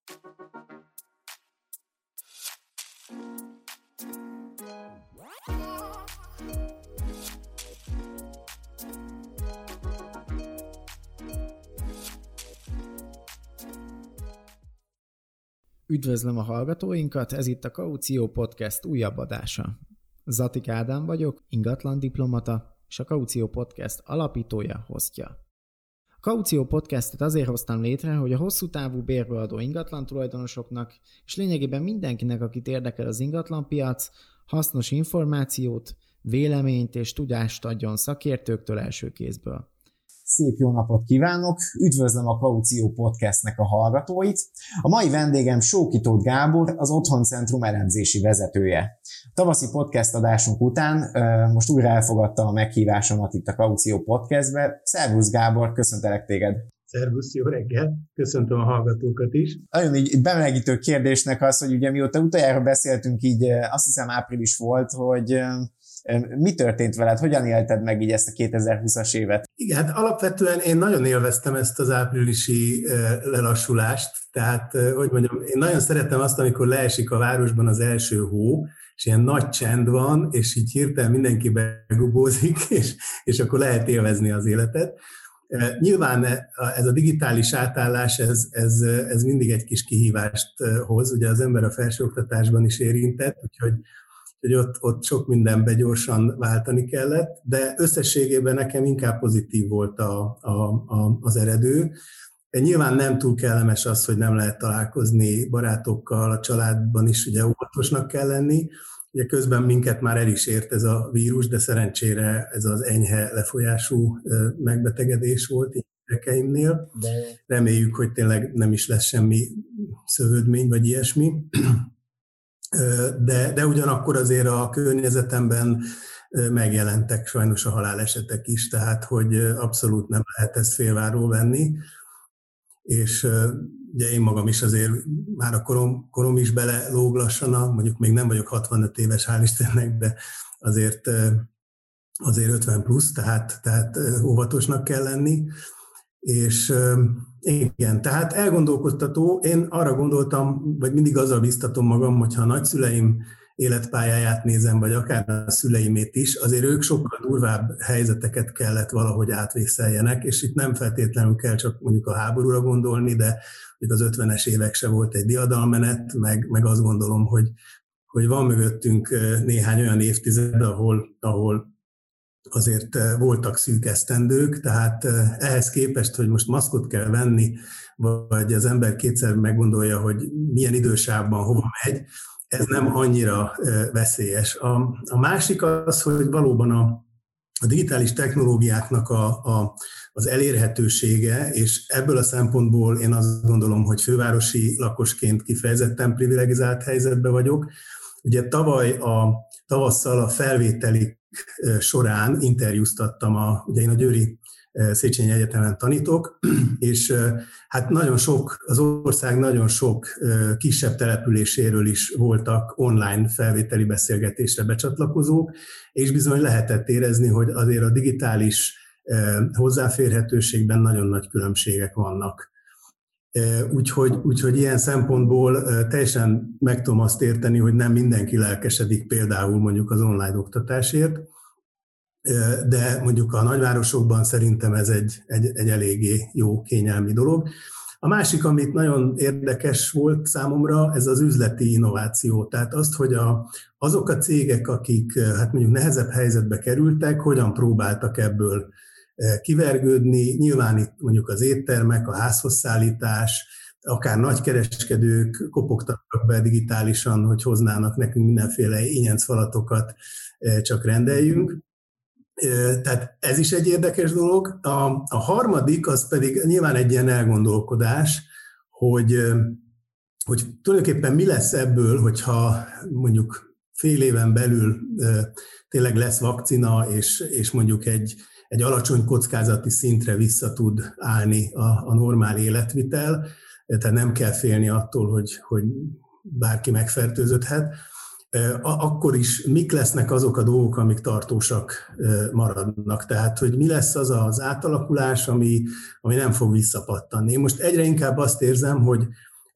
Üdvözlöm a hallgatóinkat, ez itt a Kaució Podcast újabb adása. Zatik Ádám vagyok, ingatlan diplomata, és a Kaució Podcast alapítója, hostja. A Kaució Podcastet azért hoztam létre, hogy a hosszú távú bérbeadó ingatlan tulajdonosoknak, és lényegében mindenkinek, akit érdekel az ingatlanpiac, hasznos információt, véleményt és tudást adjon szakértőktől első kézből. Szép jó napot kívánok! Üdvözlöm a Kaució Podcastnek a hallgatóit. A mai vendégem Sóki Tóth Gábor, az Otthoncentrum elemzési vezetője. A tavaszi podcast adásunk után most újra elfogadta a meghívásomat itt a Kaució Podcastbe. Szervusz Gábor, köszöntelek téged! Szervusz, jó reggel! Köszöntöm a hallgatókat is! Nagyon így bemelegítő kérdésnek az, hogy ugye mióta utoljára beszéltünk, így azt hiszem április volt, hogy mi történt veled? Hogyan élted meg így ezt a 2020-as évet? Igen, hát alapvetően én nagyon élveztem ezt az áprilisi lelassulást, tehát, hogy mondjam, én nagyon szeretem azt, amikor leesik a városban az első hó, és ilyen nagy csend van, és így hirtelen mindenki begubózik, és akkor lehet élvezni az életet. Nyilván ez a digitális átállás, ez mindig egy kis kihívást hoz, ugye az ember a felsőoktatásban is érintett, úgyhogy ott sok mindenbe gyorsan váltani kellett, de összességében nekem inkább pozitív volt az eredő. Nyilván nem túl kellemes az, hogy nem lehet találkozni barátokkal, a családban is ugye óvatosnak kell lenni. Ugye közben minket már el is ért ez a vírus, de szerencsére ez az enyhe lefolyású megbetegedés volt gyerekeimnél. Reméljük, hogy tényleg nem is lesz semmi szövődmény vagy ilyesmi. De ugyanakkor azért a környezetemben megjelentek sajnos a halálesetek is, tehát hogy abszolút nem lehet ezt félváról venni, és ugye én magam is azért már a korom is belelóg lassan, mondjuk még nem vagyok 65 éves, hál' Istennek, de azért 50 plusz, tehát óvatosnak kell lenni, és igen, tehát elgondolkodtató. Én arra gondoltam, vagy mindig azzal biztatom magam, hogyha a nagyszüleim életpályáját nézem, vagy akár a szüleimét is, azért ők sokkal durvább helyzeteket kellett valahogy átvészeljenek, és itt nem feltétlenül kell csak mondjuk a háborúra gondolni, de az 50-es évek se volt egy diadalmenet, meg azt gondolom, hogy van mögöttünk néhány olyan évtized, ahol azért voltak szűk esztendők, tehát ehhez képest, hogy most maszkot kell venni, vagy az ember kétszer meggondolja, hogy milyen idősávban hova megy, ez nem annyira veszélyes. A másik az, hogy valóban a digitális technológiáknak az elérhetősége, és ebből a szempontból én azt gondolom, hogy fővárosi lakosként kifejezetten privilegizált helyzetben vagyok. Ugye tavasszal a felvételi során interjúztattam, ugye én a Győri Széchenyi Egyetemen tanítok, és hát az ország nagyon sok kisebb településéről is voltak online felvételi beszélgetésre becsatlakozók, és bizony lehetett érezni, hogy azért a digitális hozzáférhetőségben nagyon nagy különbségek vannak. Úgyhogy ilyen szempontból teljesen meg tudom azt érteni, hogy nem mindenki lelkesedik például mondjuk az online oktatásért, de mondjuk a nagyvárosokban szerintem ez egy eléggé jó, kényelmi dolog. A másik, amit nagyon érdekes volt számomra, ez az üzleti innováció. Tehát azt, hogy azok a cégek, akik hát mondjuk nehezebb helyzetbe kerültek, hogyan próbáltak ebből kivergődni. Nyilván itt mondjuk az éttermek, a házhozszállítás, akár nagykereskedők kopogtattak be digitálisan, hogy hoznának nekünk mindenféle ingyencfalatokat, csak rendeljünk. Tehát ez is egy érdekes dolog. A harmadik, az pedig nyilván egy ilyen elgondolkodás, hogy tulajdonképpen mi lesz ebből, hogyha mondjuk fél éven belül tényleg lesz vakcina, és mondjuk egy alacsony kockázati szintre vissza tud állni a normál életvitel, tehát nem kell félni attól, hogy bárki megfertőződhet, akkor is mik lesznek azok a dolgok, amik tartósak maradnak. Tehát, hogy mi lesz az az átalakulás, ami nem fog visszapattanni. Én most egyre inkább azt érzem, hogy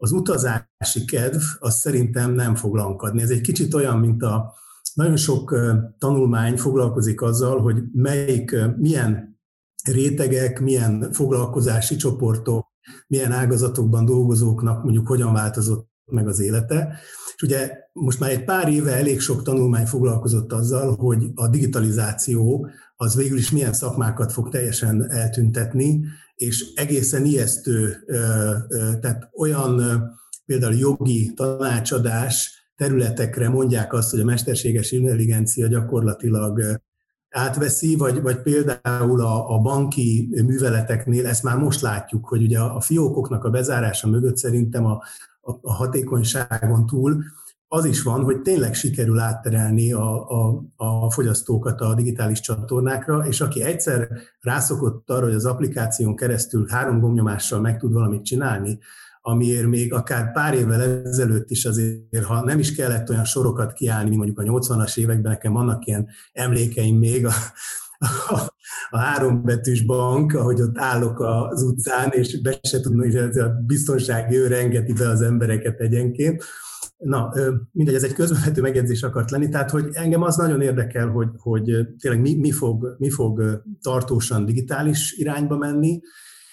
az utazási kedv az szerintem nem fog lankadni. Ez egy kicsit olyan, mint nagyon sok tanulmány foglalkozik azzal, hogy milyen rétegek, milyen foglalkozási csoportok, milyen ágazatokban dolgozóknak mondjuk hogyan változott meg az élete. És ugye most már egy pár éve elég sok tanulmány foglalkozott azzal, hogy a digitalizáció az végül is milyen szakmákat fog teljesen eltüntetni, és egészen ijesztő, tehát olyan például jogi tanácsadás területekre mondják azt, hogy a mesterséges intelligencia gyakorlatilag átveszi, vagy például a banki műveleteknél ezt már most látjuk, hogy ugye a fiókoknak a bezárása mögött szerintem a hatékonyságon túl az is van, hogy tényleg sikerül átterelni a fogyasztókat a digitális csatornákra, és aki egyszer rászokott arra, hogy az applikáción keresztül 3 gombnyomással meg tud valamit csinálni, amiért még akár pár évvel ezelőtt is azért, ha nem is kellett olyan sorokat kiállni, mint mondjuk a 80-as években, nekem vannak ilyen emlékeim még, a 3 betűs bank, ahogy ott állok az utcán, és be se tudnom, hogy a biztonsági őr engedi be az embereket egyenként. Na, mindegy, ez egy közvető megjegyzés akart lenni, tehát hogy engem az nagyon érdekel, hogy tényleg mi fog tartósan digitális irányba menni,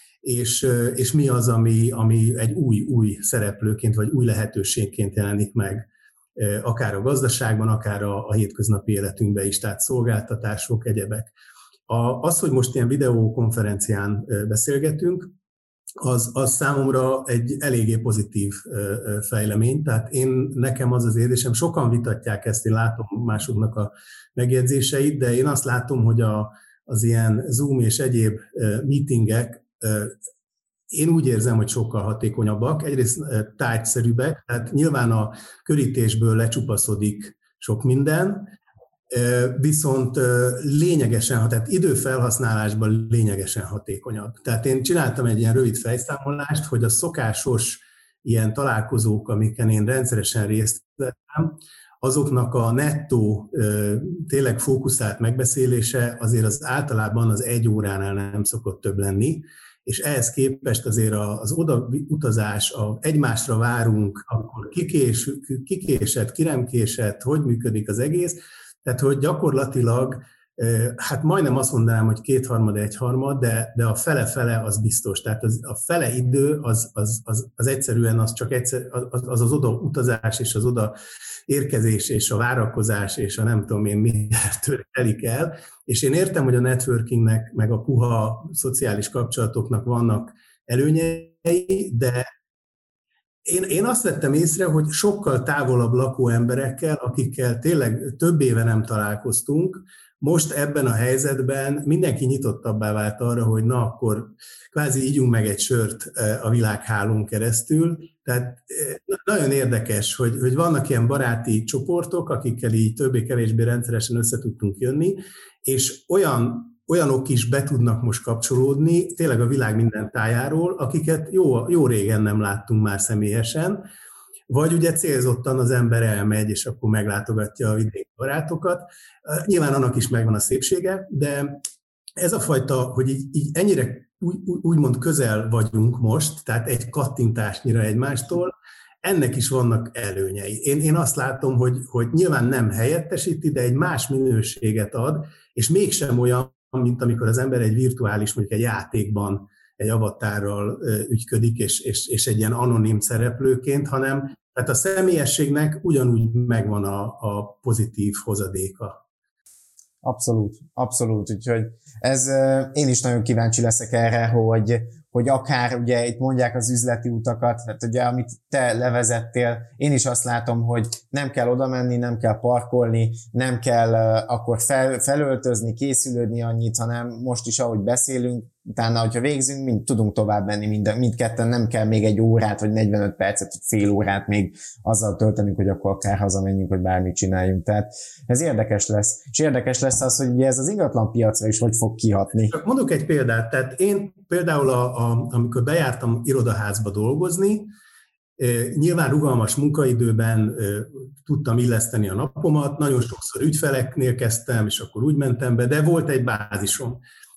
és mi az, ami egy új szereplőként, vagy új lehetőségként jelenik meg, akár a gazdaságban, akár a hétköznapi életünkben is, tehát szolgáltatások, egyebek. Az, hogy most ilyen videókonferencián beszélgetünk, az számomra egy eléggé pozitív fejlemény, tehát nekem az érzésem, sokan vitatják ezt, én látom másoknak a megjegyzéseit, de én azt látom, hogy az ilyen Zoom és egyéb meetingek, én úgy érzem, hogy sokkal hatékonyabbak, egyrészt tárgyszerűbbek, tehát nyilván a körítésből lecsupaszodik sok minden, viszont lényegesen, tehát időfelhasználásban lényegesen hatékonyabb. Tehát én csináltam egy ilyen rövid fejszámolást, hogy a szokásos ilyen találkozók, amiken én rendszeresen részt vettem, azoknak a nettó, tényleg fókuszált megbeszélése azért az általában az 1 óránál nem szokott több lenni, és ehhez képest azért az odautazás, egymásra várunk, akkor kikésett, ki nem késett, hogy működik az egész, tehát hogy gyakorlatilag, hát majdnem azt mondanám, hogy 2/3, 1/3, de a fele-fele az biztos. Tehát a fele idő az egyszerűen az oda utazás és az oda érkezés és a várakozás és a nem tudom én miért telik el. És én értem, hogy a networkingnek meg a puha szociális kapcsolatoknak vannak előnyei, de én azt vettem észre, hogy sokkal távolabb lakó emberekkel, akikkel tényleg több éve nem találkoztunk, most ebben a helyzetben mindenki nyitottabbá vált arra, hogy na akkor kvázi ígyunk meg egy sört a világhálón keresztül. Tehát nagyon érdekes, hogy vannak ilyen baráti csoportok, akikkel így többé-kevésbé rendszeresen össze tudtunk jönni, és olyanok is be tudnak most kapcsolódni, tényleg a világ minden tájáról, akiket jó régen nem láttunk már személyesen, vagy ugye célzottan az ember elmegy, és akkor meglátogatja a vidéki barátokat. Nyilván annak is megvan a szépsége, de ez a fajta, hogy így ennyire úgymond közel vagyunk most, tehát egy kattintásnyira egymástól, ennek is vannak előnyei. Én azt látom, hogy nyilván nem helyettesíti, de egy más minőséget ad, és mégsem olyan, mint amikor az ember egy virtuális, mondjuk egy játékban egy avatárral ügyködik, és egy ilyen anonim szereplőként, hanem tehát a személyességnek ugyanúgy megvan a pozitív hozadéka. Abszolút. Úgyhogy én is nagyon kíváncsi leszek erre, hogy akár ugye itt mondják az üzleti utakat, tehát ugye amit te levezettél, én is azt látom, hogy nem kell oda menni, nem kell parkolni, nem kell akkor felöltözni, készülődni annyit, hanem most is ahogy beszélünk, utána, hogyha végzünk, tudunk tovább menni mindketten, nem kell még 1 órát, vagy 45 percet, vagy fél órát még azzal töltenünk, hogy akkor akár hazamenjünk, hogy bármit csináljunk. Tehát ez érdekes lesz. És érdekes lesz az, hogy ugye ez az ingatlan piacra is hogy fog kihatni. Csak mondok egy példát. Tehát én például, amikor bejártam irodaházba dolgozni, nyilván rugalmas munkaidőben tudtam illeszteni a napomat, nagyon sokszor ügyfeleknél kezdtem, és akkor úgy mentem be, de volt egy bázisom.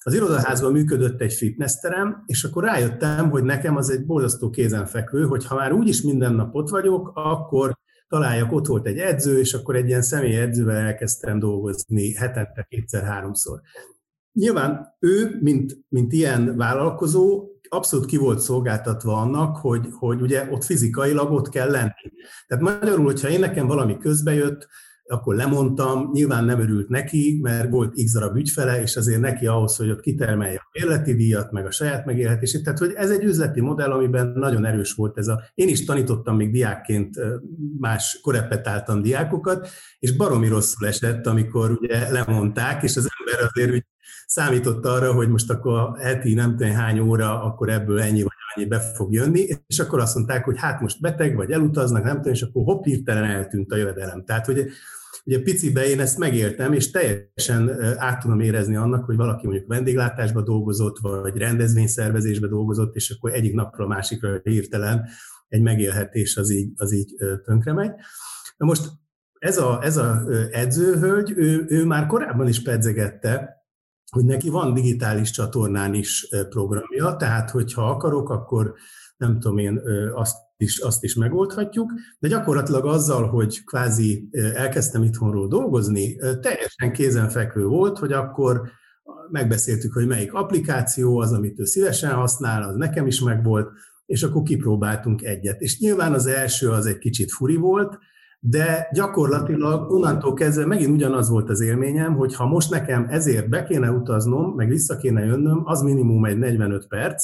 Az irodaházban működött egy fitnessterem, és akkor rájöttem, hogy nekem az egy borzasztó kézenfekvő, hogy ha már úgyis minden nap ott vagyok, akkor találjak, ott volt egy edző, és akkor egy ilyen személyi edzővel elkezdtem dolgozni hetente 2-3-szor. Nyilván ő, mint ilyen vállalkozó, abszolút ki volt szolgáltatva annak, hogy ugye ott fizikailag ott kell lenni. Tehát magyarul, hogyha nekem valami közbe jött, akkor lemondtam, nyilván nem örült neki, mert volt x darab ügyfele, és azért neki ahhoz, hogy ott kitermelje a bérleti díjat, meg a saját megélhetését. Tehát, hogy ez egy üzleti modell, amiben nagyon erős volt ez a... Én is tanítottam még diákként, más korepetáltam diákokat, és baromi rosszul esett, amikor ugye lemondták, és az ember azért úgy számított arra, hogy most akkor heti nem tudom hány óra, akkor ebből ennyi vagy annyi be fog jönni, és akkor azt mondták, hogy hát most beteg, vagy elutaznak, nem tudom, és akkor hopp, hirtelen eltűnt a jövedelem. Tehát, hogy ugye piciben én ezt megéltem, és teljesen át tudom érezni annak, hogy valaki mondjuk vendéglátásban dolgozott, vagy rendezvényszervezésben dolgozott, és akkor egyik napról a másikra hirtelen egy megélhetés az így tönkre megy. Na most ez a edzőhölgy, ő már korábban is pedzegette, hogy neki van digitális csatornán is programja, tehát hogyha akarok, akkor nem tudom én, azt is megoldhatjuk, de gyakorlatilag azzal, hogy kvázi elkezdtem itthonról dolgozni, teljesen kézenfekvő volt, hogy akkor megbeszéltük, hogy melyik applikáció az, amit ő szívesen használ, az nekem is megvolt, és akkor kipróbáltunk egyet. És nyilván az első az egy kicsit furi volt, de gyakorlatilag onnantól kezdve megint ugyanaz volt az élményem, hogy ha most nekem ezért be kéne utaznom, meg vissza kéne jönnöm, az minimum egy 45 perc,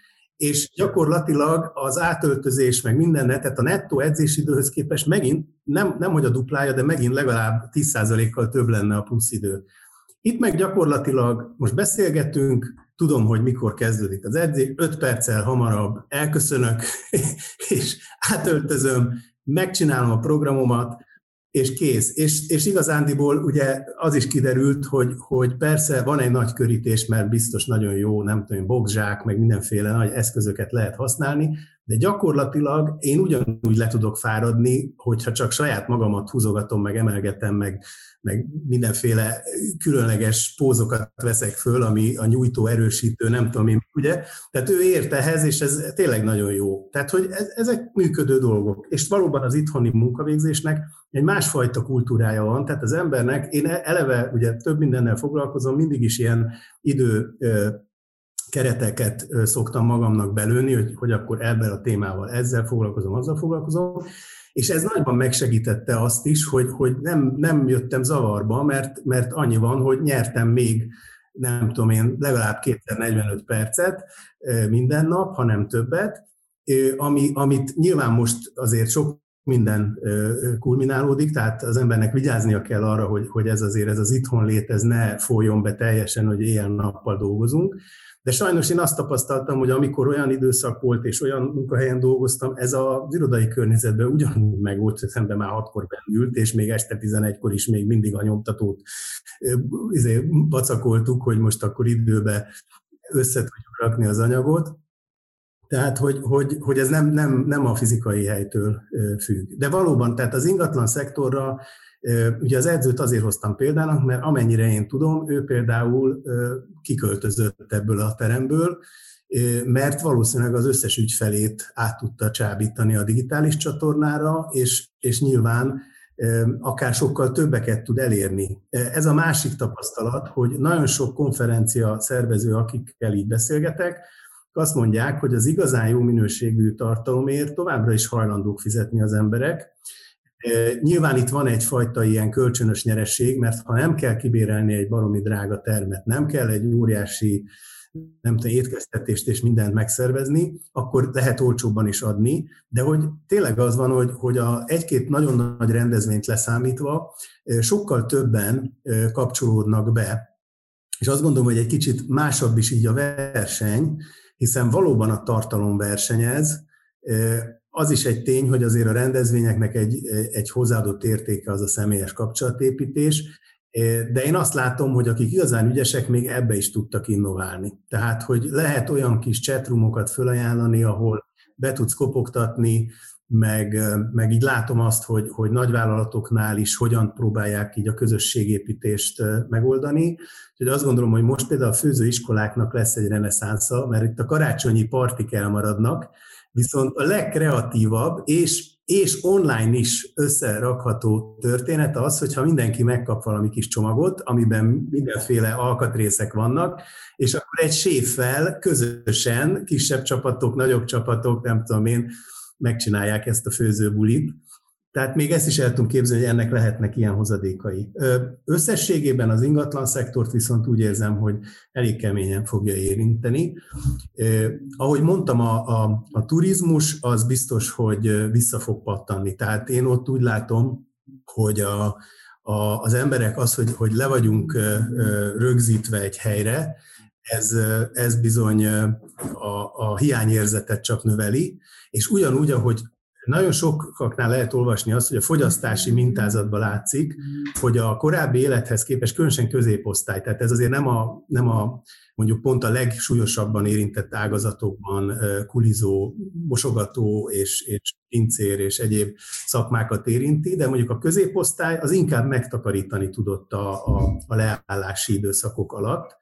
és gyakorlatilag az átöltözés, meg minden, tehát a nettó edzési időhöz képest megint, nem hogy a duplája, de megint legalább 10%-kal több lenne a plusz idő. Itt meg gyakorlatilag most beszélgetünk, tudom, hogy mikor kezdődik az edzés, 5 perccel hamarabb elköszönök, és átöltözöm, megcsinálom a programomat, és kész. És igazándiból ugye az is kiderült, hogy persze van egy nagy körítés, mert biztos nagyon jó, nem tudom, boxzsák, meg mindenféle nagy eszközöket lehet használni, de gyakorlatilag én ugyanúgy le tudok fáradni, hogyha csak saját magamat húzogatom, meg emelgetem, meg mindenféle különleges pózokat veszek föl, ami a nyújtó, erősítő, nem tudom én, ugye? Tehát ő ért ehhez, és ez tényleg nagyon jó. Tehát, hogy ezek működő dolgok. És valóban az itthoni munkavégzésnek egy másfajta kultúrája van, tehát az embernek, én eleve ugye több mindennel foglalkozom, mindig is ilyen idő kereteket szoktam magamnak belőni, hogy akkor ebben a témával ezzel foglalkozom, azzal foglalkozom, és ez nagyban megsegítette azt is, hogy nem jöttem zavarba, mert annyi van, hogy nyertem még, nem tudom én, legalább 245 percet minden nap, hanem többet, amit nyilván most azért sok minden kulminálódik, tehát az embernek vigyáznia kell arra, hogy ez az itthonlét, ez ne folyjon be teljesen, hogy éjjel-nappal dolgozunk. De sajnos én azt tapasztaltam, hogy amikor olyan időszak volt, és olyan munkahelyen dolgoztam, ez az irodai környezetben ugyanúgy meg volt, hogy szemben már 6-kor ült, és még este 11-kor is még mindig a nyomtatót vacakoltuk, hogy most akkor időbe össze tudjuk rakni az anyagot. Tehát, hogy ez nem a fizikai helytől függ. De valóban, tehát az ingatlan szektorra, ugye az edzőt azért hoztam példának, mert amennyire én tudom, ő például kiköltözött ebből a teremből, mert valószínűleg az összes ügyfelét át tudta csábítani a digitális csatornára, és nyilván akár sokkal többeket tud elérni. Ez a másik tapasztalat, hogy nagyon sok konferencia szervező, akikkel így beszélgetek, azt mondják, hogy az igazán jó minőségű tartalomért továbbra is hajlandók fizetni az emberek. Nyilván itt van egyfajta ilyen kölcsönös nyeresség, mert ha nem kell kibérelni egy baromi drága termet, nem kell egy óriási étkeztetést és mindent megszervezni, akkor lehet olcsóbban is adni, de hogy tényleg az van, hogy egy-két nagyon nagy rendezvényt leszámítva sokkal többen kapcsolódnak be. És azt gondolom, hogy egy kicsit másabb is így a verseny, hiszen valóban a tartalom versenyez. Az is egy tény, hogy azért a rendezvényeknek egy hozzáadott értéke az a személyes kapcsolatépítés, de én azt látom, hogy akik igazán ügyesek, még ebbe is tudtak innoválni. Tehát, hogy lehet olyan kis chatroomokat fölajánlani, ahol be tudsz kopogtatni, meg így látom azt, hogy nagyvállalatoknál is hogyan próbálják így a közösségépítést megoldani. Úgyhogy azt gondolom, hogy most például a főzőiskoláknak lesz egy reneszánsza, mert itt a karácsonyi partik elmaradnak, viszont a legkreatívabb és online is összerakható történet az, hogyha mindenki megkap valami kis csomagot, amiben mindenféle alkatrészek vannak, és akkor egy séffel közösen, kisebb csapatok, nagyobb csapatok, nem tudom én, megcsinálják ezt a főzőbulit. Tehát még ezt is el tudom képzelni, hogy ennek lehetnek ilyen hozadékai. Összességében az ingatlan szektort viszont úgy érzem, hogy elég keményen fogja érinteni. Ahogy mondtam, a turizmus az biztos, hogy vissza fog pattanni. Tehát én ott úgy látom, hogy az emberek az, hogy le vagyunk rögzítve egy helyre, ez bizony a hiányérzetet csak növeli, és ugyanúgy, ahogy nagyon sokaknál lehet olvasni azt, hogy a fogyasztási mintázatban látszik, hogy a korábbi élethez képest különösen középosztály, tehát ez azért nem a mondjuk pont a legsúlyosabban érintett ágazatokban kulizó, mosogató és pincér és egyéb szakmákat érinti, de mondjuk a középosztály az inkább megtakarítani tudott a leállási időszakok alatt,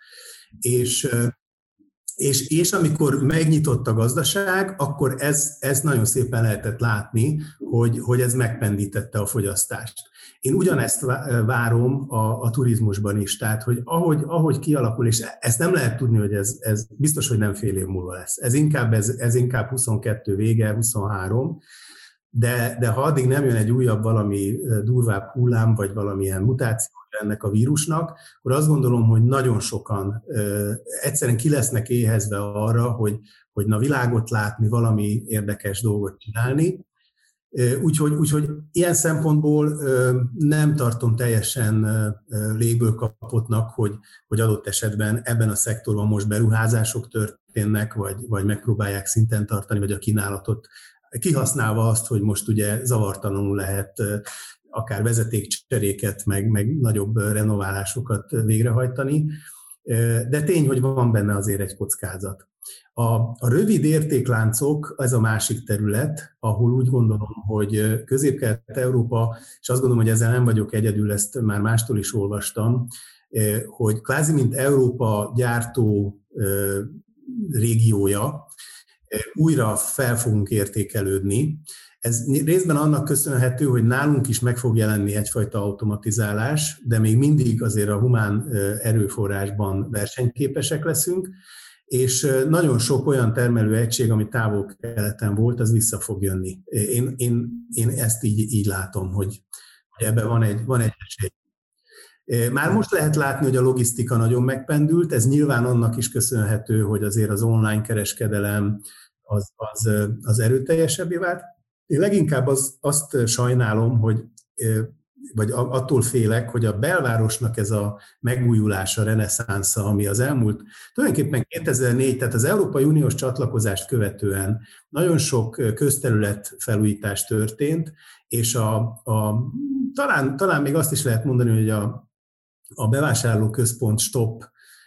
és amikor megnyitott a gazdaság, akkor ez nagyon szépen lehetett látni, hogy ez megpendítette a fogyasztást. Én ugyanezt várom a turizmusban is, tehát hogy ahogy kialakul, és ezt nem lehet tudni, hogy ez biztos, hogy nem fél év múlva lesz. Ez inkább 22 vége, 23, de ha addig nem jön egy újabb valami durvább hullám, vagy valamilyen mutáció ennek a vírusnak, akkor azt gondolom, hogy nagyon sokan egyszerűen ki lesznek éhezve arra, hogy na világot látni, valami érdekes dolgot csinálni. Úgyhogy ilyen szempontból nem tartom teljesen légből kapottnak, hogy adott esetben ebben a szektorban most beruházások történnek, vagy megpróbálják szinten tartani, vagy a kínálatot kihasználva azt, hogy most ugye zavartalanul lehet akár vezetékcseréket, meg nagyobb renoválásokat végrehajtani, de tény, hogy van benne azért egy kockázat. A rövid értékláncok, ez a másik terület, ahol úgy gondolom, hogy Közép-Kelet-Európa, és azt gondolom, hogy ezzel nem vagyok egyedül, ezt már mástól is olvastam, hogy kvázi mint Európa gyártó régiója, újra fel fogunk értékelődni. Ez részben annak köszönhető, hogy nálunk is meg fog jelenni egyfajta automatizálás, de még mindig azért a humán erőforrásban versenyképesek leszünk, és nagyon sok olyan termelő egység, ami távol-keleten volt, az vissza fog jönni. Én ezt így látom, hogy ebben van egy esély. Már most lehet látni, hogy a logisztika nagyon megpendült, ez nyilván annak is köszönhető, hogy azért az online kereskedelem az erőteljesebbé vált. Én leginkább azt sajnálom, vagy attól félek, hogy a belvárosnak ez a megújulása, reneszánsza, ami az elmúlt, tulajdonképpen 2004, tehát az Európai Uniós csatlakozást követően nagyon sok közterület felújítás történt, és talán még azt is lehet mondani, hogy a bevásárlóközpont stop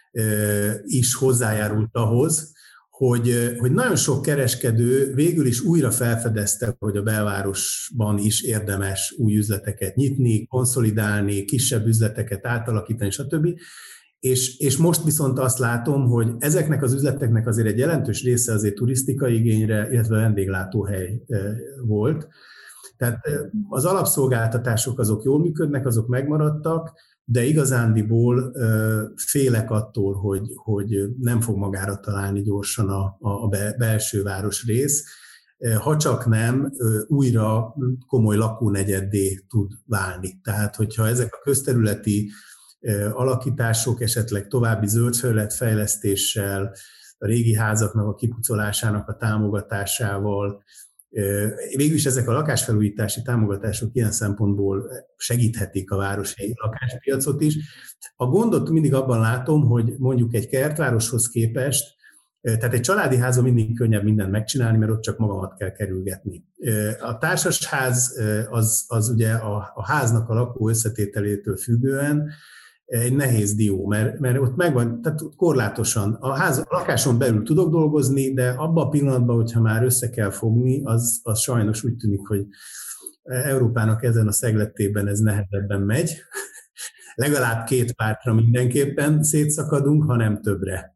is hozzájárult ahhoz, hogy nagyon sok kereskedő végül is újra felfedezte, hogy a belvárosban is érdemes új üzleteket nyitni, konszolidálni, kisebb üzleteket átalakítani, stb. És most viszont azt látom, hogy ezeknek az üzleteknek azért egy jelentős része azért turisztikai igényre, illetve vendéglátóhely volt. Tehát az alapszolgáltatások azok jól működnek, azok megmaradtak, de igazándiból félek attól, hogy nem fog magára találni gyorsan a belső városrész, ha csak nem újra komoly lakónegyeddé tud válni. Tehát, hogyha ezek a közterületi alakítások esetleg további zöldfelületfejlesztéssel, a régi házaknak a kipucolásának a támogatásával, végülis ezek a lakásfelújítási támogatások ilyen szempontból segíthetik a városi lakáspiacot is. A gondot mindig abban látom, hogy mondjuk egy kertvároshoz képest, tehát egy családi házon mindig könnyebb mindent megcsinálni, mert ott csak magamat kell kerülgetni. A társasház az ugye a háznak a lakó összetételétől függően egy nehéz dió, mert ott megvan, tehát korlátosan. A lakáson belül tudok dolgozni, de abban a pillanatban, hogyha már össze kell fogni, az sajnos úgy tűnik, hogy Európának ezen a szegletében ez nehezebben megy. Legalább 2 pártra mindenképpen szétszakadunk, ha nem többre.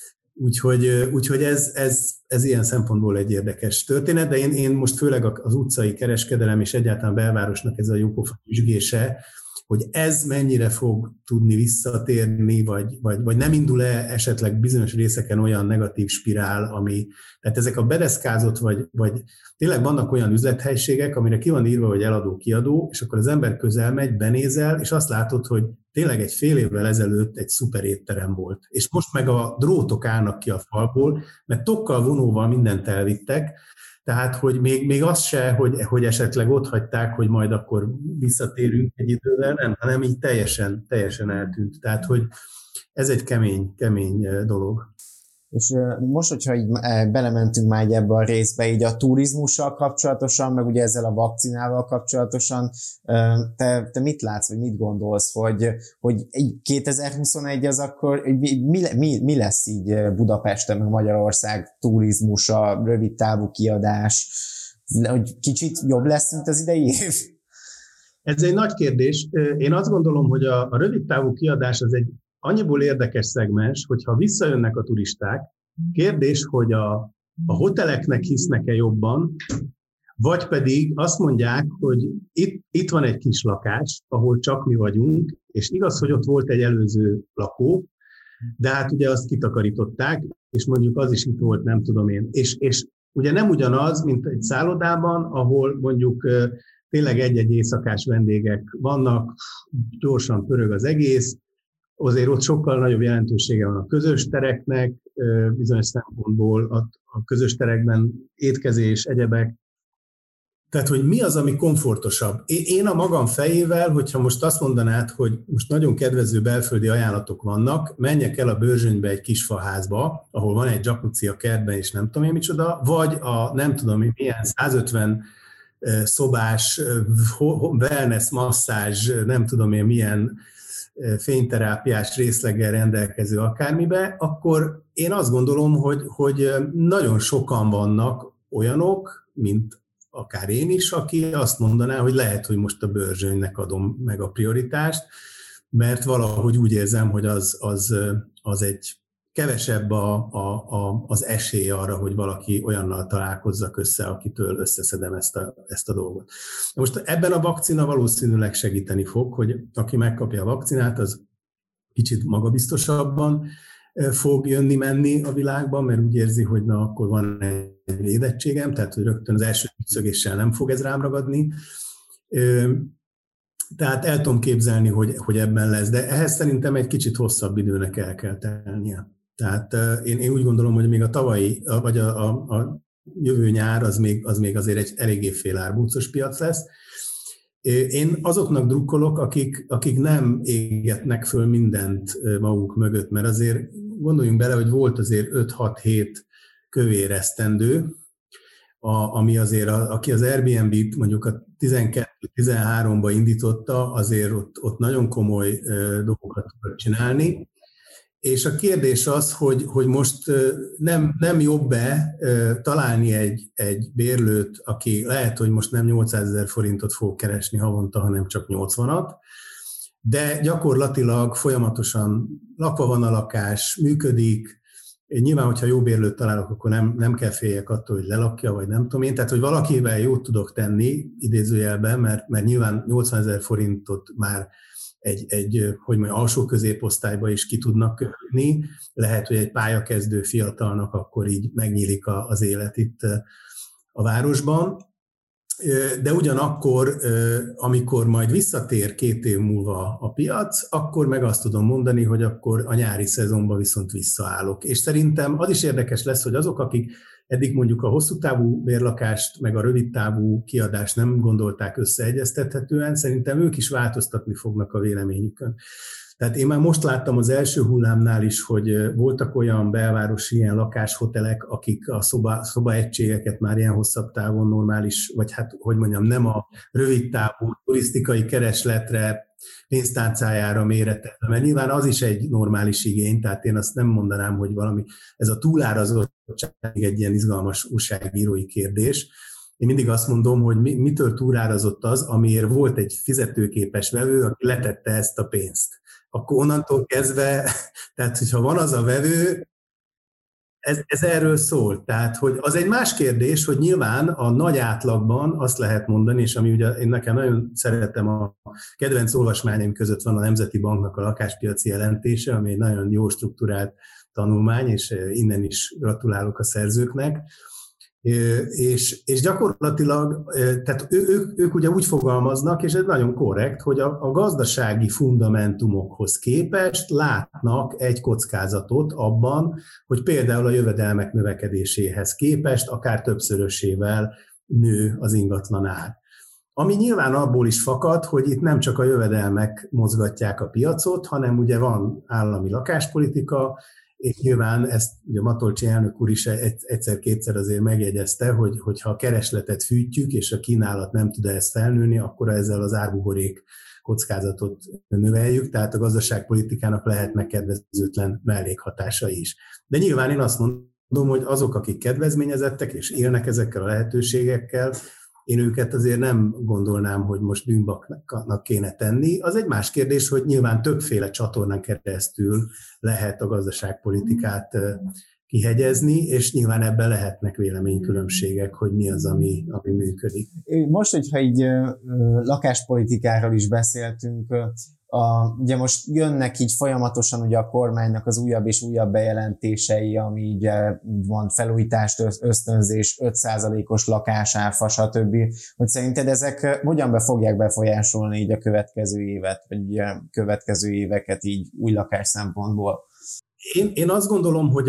Úgyhogy ez ilyen szempontból egy érdekes történet, de én most főleg az utcai kereskedelem és egyáltalán a belvárosnak ez a jópofa üsgése, hogy ez mennyire fog tudni visszatérni, vagy nem indul-e esetleg bizonyos részeken olyan negatív spirál, tehát ezek a bedeszkázott, vagy tényleg vannak olyan üzlethelyiségek, amire ki van írva, hogy eladó-kiadó, és akkor az ember közel megy, benézel, és azt látod, hogy tényleg egy fél évvel ezelőtt egy szuper étterem volt. És most meg a drótok állnak ki a falból, mert tokkal, vonóval mindent elvittek, tehát, hogy még az se, hogy esetleg ott hagyták, hogy majd akkor visszatérünk egy idővel, nem, hanem így teljesen eltűnt. Tehát, hogy ez egy kemény dolog. És most, hogyha így belementünk már ebbe a részbe, így a turizmussal kapcsolatosan, meg ugye ezzel a vakcinával kapcsolatosan, te mit látsz, vagy mit gondolsz, hogy 2021 az akkor, mi lesz így Budapesten, meg Magyarország turizmusa, rövid távú kiadás, hogy kicsit jobb lesz, mint az idei év? Ez egy nagy kérdés. Én azt gondolom, hogy a rövid távú kiadás az egy annyiból érdekes szegmens, hogyha visszajönnek a turisták, kérdés, hogy a hoteleknek hisznek-e jobban, vagy pedig azt mondják, hogy itt van egy kis lakás, ahol csak mi vagyunk, és igaz, hogy ott volt egy előző lakó, de hát ugye azt kitakarították, és mondjuk az is itt volt, nem tudom én. És ugye nem ugyanaz, mint egy szállodában, ahol mondjuk tényleg egy-egy éjszakás vendégek vannak, gyorsan pörög az egész, azért ott sokkal nagyobb jelentősége van a közös tereknek, bizonyos szempontból a közös terekben étkezés, egyebek. Tehát, hogy mi az, ami komfortosabb? Én a magam fejével, hogyha most azt mondanád, hogy most nagyon kedvező belföldi ajánlatok vannak, menjek el a Börzsönybe egy kis faházba, ahol van egy jacuzzi a kertben, és nem tudom én micsoda, vagy a nem tudom milyen 150 szobás wellness, masszázs, nem tudom én milyen fényterápiás részleggel rendelkező akármibe, akkor én azt gondolom, hogy nagyon sokan vannak olyanok, mint akár én is, aki azt mondaná, hogy lehet, hogy most a Börzsönynek adom meg a prioritást, mert valahogy úgy érzem, hogy az egy kevesebb az esély arra, hogy valaki olyannal találkozzak össze, akitől összeszedem ezt a dolgot. Most ebben a vakcina valószínűleg segíteni fog, hogy aki megkapja a vakcinát, az kicsit magabiztosabban fog jönni-menni a világban, mert úgy érzi, hogy na, akkor van egy védettségem, tehát hogy rögtön az első szögéssel nem fog ez rám ragadni. Tehát el tudom képzelni, hogy ebben lesz, de ehhez szerintem egy kicsit hosszabb időnek el kell tennie. Tehát én úgy gondolom, hogy még a tavalyi, vagy a jövő nyár az még azért egy eléggé félárbúcos piac lesz. Én azoknak drukkolok, akik nem égetnek föl mindent maguk mögött, mert azért gondoljunk bele, hogy volt azért 5-6-7 kövér esztendő, ami azért, aki az Airbnb-t mondjuk a 12-13-ba indította, azért ott nagyon komoly dolgokat tudott csinálni. És a kérdés az, hogy most nem jobb-e találni egy bérlőt, aki lehet, hogy most nem 800 000 forintot fog keresni havonta, hanem csak 80-at, de gyakorlatilag folyamatosan lakva van a lakás, működik. Nyilván, hogyha jó bérlőt találok, akkor nem kell féljek attól, hogy lelakja, vagy nem tudom én. Tehát, hogy valakivel jót tudok tenni, idézőjelben, mert nyilván 80 000 forintot már egy hogy mondjam, alsó középosztályba is ki tudnak kötni. Lehet, hogy egy pályakezdő fiatalnak akkor így megnyílik az élet itt a városban. De ugyanakkor, amikor majd visszatér 2 év múlva a piac, akkor meg azt tudom mondani, hogy akkor a nyári szezonban viszont visszaállok. És szerintem az is érdekes lesz, hogy azok, akik eddig mondjuk a hosszú távú bérlakást, meg a rövid távú kiadást nem gondolták összeegyeztethetően, szerintem ők is változtatni fognak a véleményükön. Tehát én már most láttam az első hullámnál is, hogy voltak olyan belvárosi ilyen lakáshotelek, akik a szobaegységeket már ilyen hosszabb távon normális, vagy hát, hogy mondjam, nem a rövid távú turisztikai keresletre pénztárcájára méretelve, mert nyilván az is egy normális igény, tehát én azt nem mondanám, hogy valami, ez a túlárazottság egy ilyen izgalmas újságírói kérdés. Én mindig azt mondom, hogy mitől túlárazott az, amiért volt egy fizetőképes vevő, aki letette ezt a pénzt. Akkor onnantól kezdve, tehát hogyha van az a vevő, ez erről szól. Tehát, hogy az egy más kérdés, hogy nyilván a nagy átlagban azt lehet mondani, és ami ugye én nekem nagyon szeretem, a kedvenc olvasmányaim között van a Nemzeti Banknak a lakáspiaci jelentése, ami egy nagyon jó struktúrált tanulmány, és innen is gratulálok a szerzőknek. És gyakorlatilag, tehát ők ugye úgy fogalmaznak, és ez nagyon korrekt, hogy a gazdasági fundamentumokhoz képest látnak egy kockázatot abban, hogy például a jövedelmek növekedéséhez képest akár többszörösével nő az ingatlan ár. Ami nyilván abból is fakad, hogy itt nem csak a jövedelmek mozgatják a piacot, hanem ugye van állami lakáspolitika, és nyilván ezt ugye Matolcsy elnök úr is egyszer-kétszer azért megjegyezte, hogy ha a keresletet fűtjük, és a kínálat nem tud ezt felnőni, akkor ezzel az árbuborék kockázatot növeljük, tehát a gazdaságpolitikának lehetnek kedvezőtlen mellékhatásai is. De nyilván én azt mondom, hogy azok, akik kedvezményezettek és élnek ezekkel a lehetőségekkel, én őket azért nem gondolnám, hogy most bűnbaknak kéne tenni. Az egy más kérdés, hogy nyilván többféle csatornán keresztül lehet a gazdaságpolitikát kihegyezni, és nyilván ebben lehetnek véleménykülönbségek, hogy mi az, ami működik. Most, hogyha így lakáspolitikáról is beszéltünk, ugye most jönnek így folyamatosan ugye a kormánynak az újabb és újabb bejelentései, ami ugye van felújítást, ösztönzés, 5%-os lakásárfa, stb. Hogy szerinted ezek hogyan fogják befolyásolni így a következő évet, vagy ugye a következő éveket így új lakás szempontból? Én azt gondolom, hogy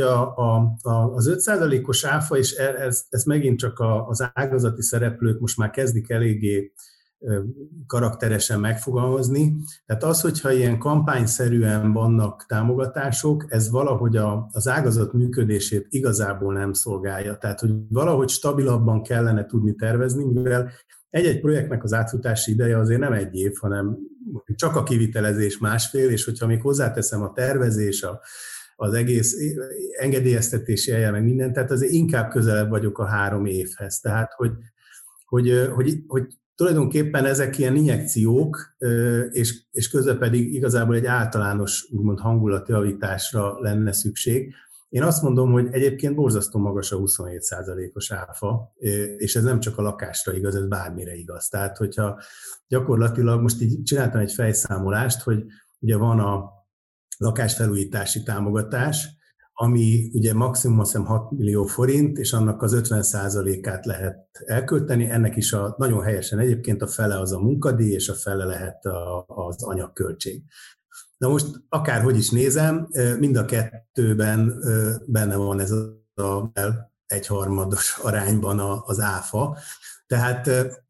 az 5%-os áfa, és ez megint csak az ágazati szereplők most már kezdik eléggé karakteresen megfogalmazni. Tehát az, hogyha ilyen kampányszerűen vannak támogatások, ez valahogy az ágazat működését igazából nem szolgálja. Tehát, hogy valahogy stabilabban kellene tudni tervezni, mivel egy-egy projektnek az átfutási ideje azért nem egy év, hanem csak a kivitelezés másfél, és hogyha még hozzáteszem a tervezés, az egész engedélyeztetési eljárás, meg minden, tehát azért inkább közelebb vagyok a 3 évhez. Tehát, hogy tulajdonképpen ezek ilyen injekciók, és közben pedig igazából egy általános úgymond hangulatjavításra lenne szükség. Én azt mondom, hogy egyébként borzasztó magas a 27%-os áfa, és ez nem csak a lakásra igaz, ez bármire igaz. Tehát, hogyha gyakorlatilag most így csináltam egy fejszámolást, hogy ugye van a lakásfelújítási támogatás, ami ugye maximum azt hiszem 6 millió forint, és annak az 50%-át lehet elkölteni, ennek is nagyon helyesen egyébként a fele az a munkadíj, és a fele lehet az anyagköltség. Na most akárhogy is nézem, mind a kettőben benne van ez a 1/3 arányban az áfa, tehát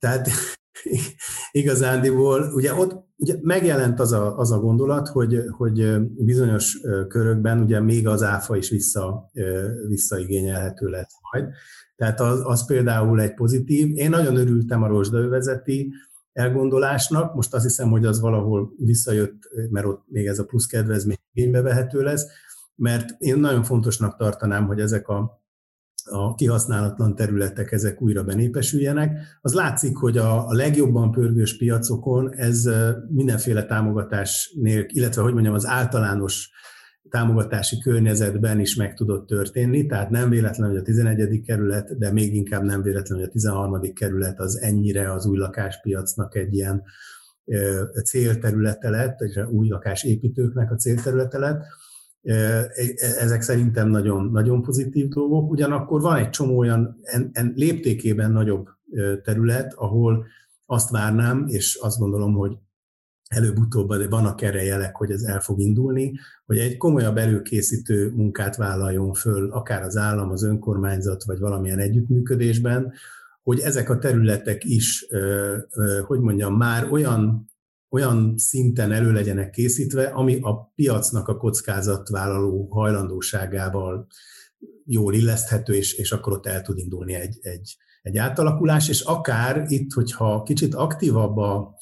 igazándiból ugye megjelent az a gondolat, hogy bizonyos körökben ugye még az áfa is visszaigényelhető lesz majd. Tehát az például egy pozitív. Én nagyon örültem a rozsdaövezeti elgondolásnak, most azt hiszem, hogy az valahol visszajött, mert ott még ez a plusz kedvezmény igénybe vehető lesz, mert én nagyon fontosnak tartanám, hogy ezek a kihasználatlan területek ezek újra benépesüljenek. Az látszik, hogy a legjobban pörgős piacokon ez mindenféle támogatás nélkül, illetve hogy mondjam, az általános támogatási környezetben is meg tudott történni, tehát nem véletlen, hogy a 11. kerület, de még inkább nem véletlen, hogy a 13. kerület az ennyire az új lakáspiacnak egy ilyen célterülete lett, egy új lakásépítőknek a célterülete lett. Ezek szerintem nagyon, nagyon pozitív dolgok, ugyanakkor van egy csomó olyan léptékében nagyobb terület, ahol azt várnám, és azt gondolom, hogy előbb-utóbb vannak erre jelek, hogy ez el fog indulni, hogy egy komolyabb előkészítő munkát vállaljon föl, akár az állam, az önkormányzat, vagy valamilyen együttműködésben, hogy ezek a területek is, hogy mondjam, már olyan szinten elő legyenek készítve, ami a piacnak a kockázatvállaló hajlandóságával jól illeszthető, és akkor ott el tud indulni egy átalakulás, és akár itt, hogyha kicsit aktívabb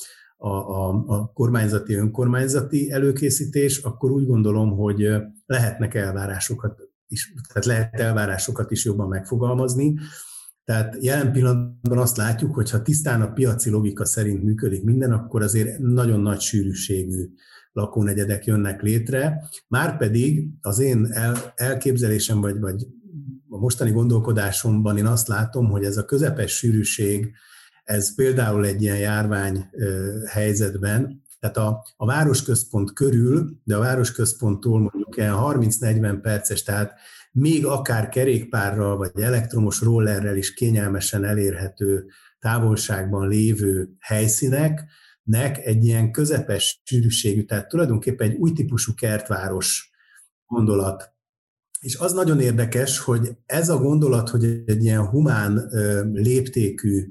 a kormányzati, önkormányzati előkészítés, akkor úgy gondolom, hogy lehetnek elvárásokat is, tehát lehet elvárásokat is jobban megfogalmazni. Tehát jelen pillanatban azt látjuk, hogy ha tisztán a piaci logika szerint működik minden, akkor azért nagyon nagy sűrűségű lakónegyedek jönnek létre. Márpedig az én elképzelésem, vagy a mostani gondolkodásomban én azt látom, hogy ez a közepes sűrűség, ez például egy ilyen járvány helyzetben, tehát a városközpont körül, de a városközponttól mondjuk ilyen 30-40 perces, tehát még akár kerékpárral vagy elektromos rollerrel is kényelmesen elérhető távolságban lévő helyszíneknek egy ilyen közepes sűrűségű, tehát tulajdonképpen egy új típusú kertváros gondolat. És az nagyon érdekes, hogy ez a gondolat, hogy egy ilyen humán léptékű,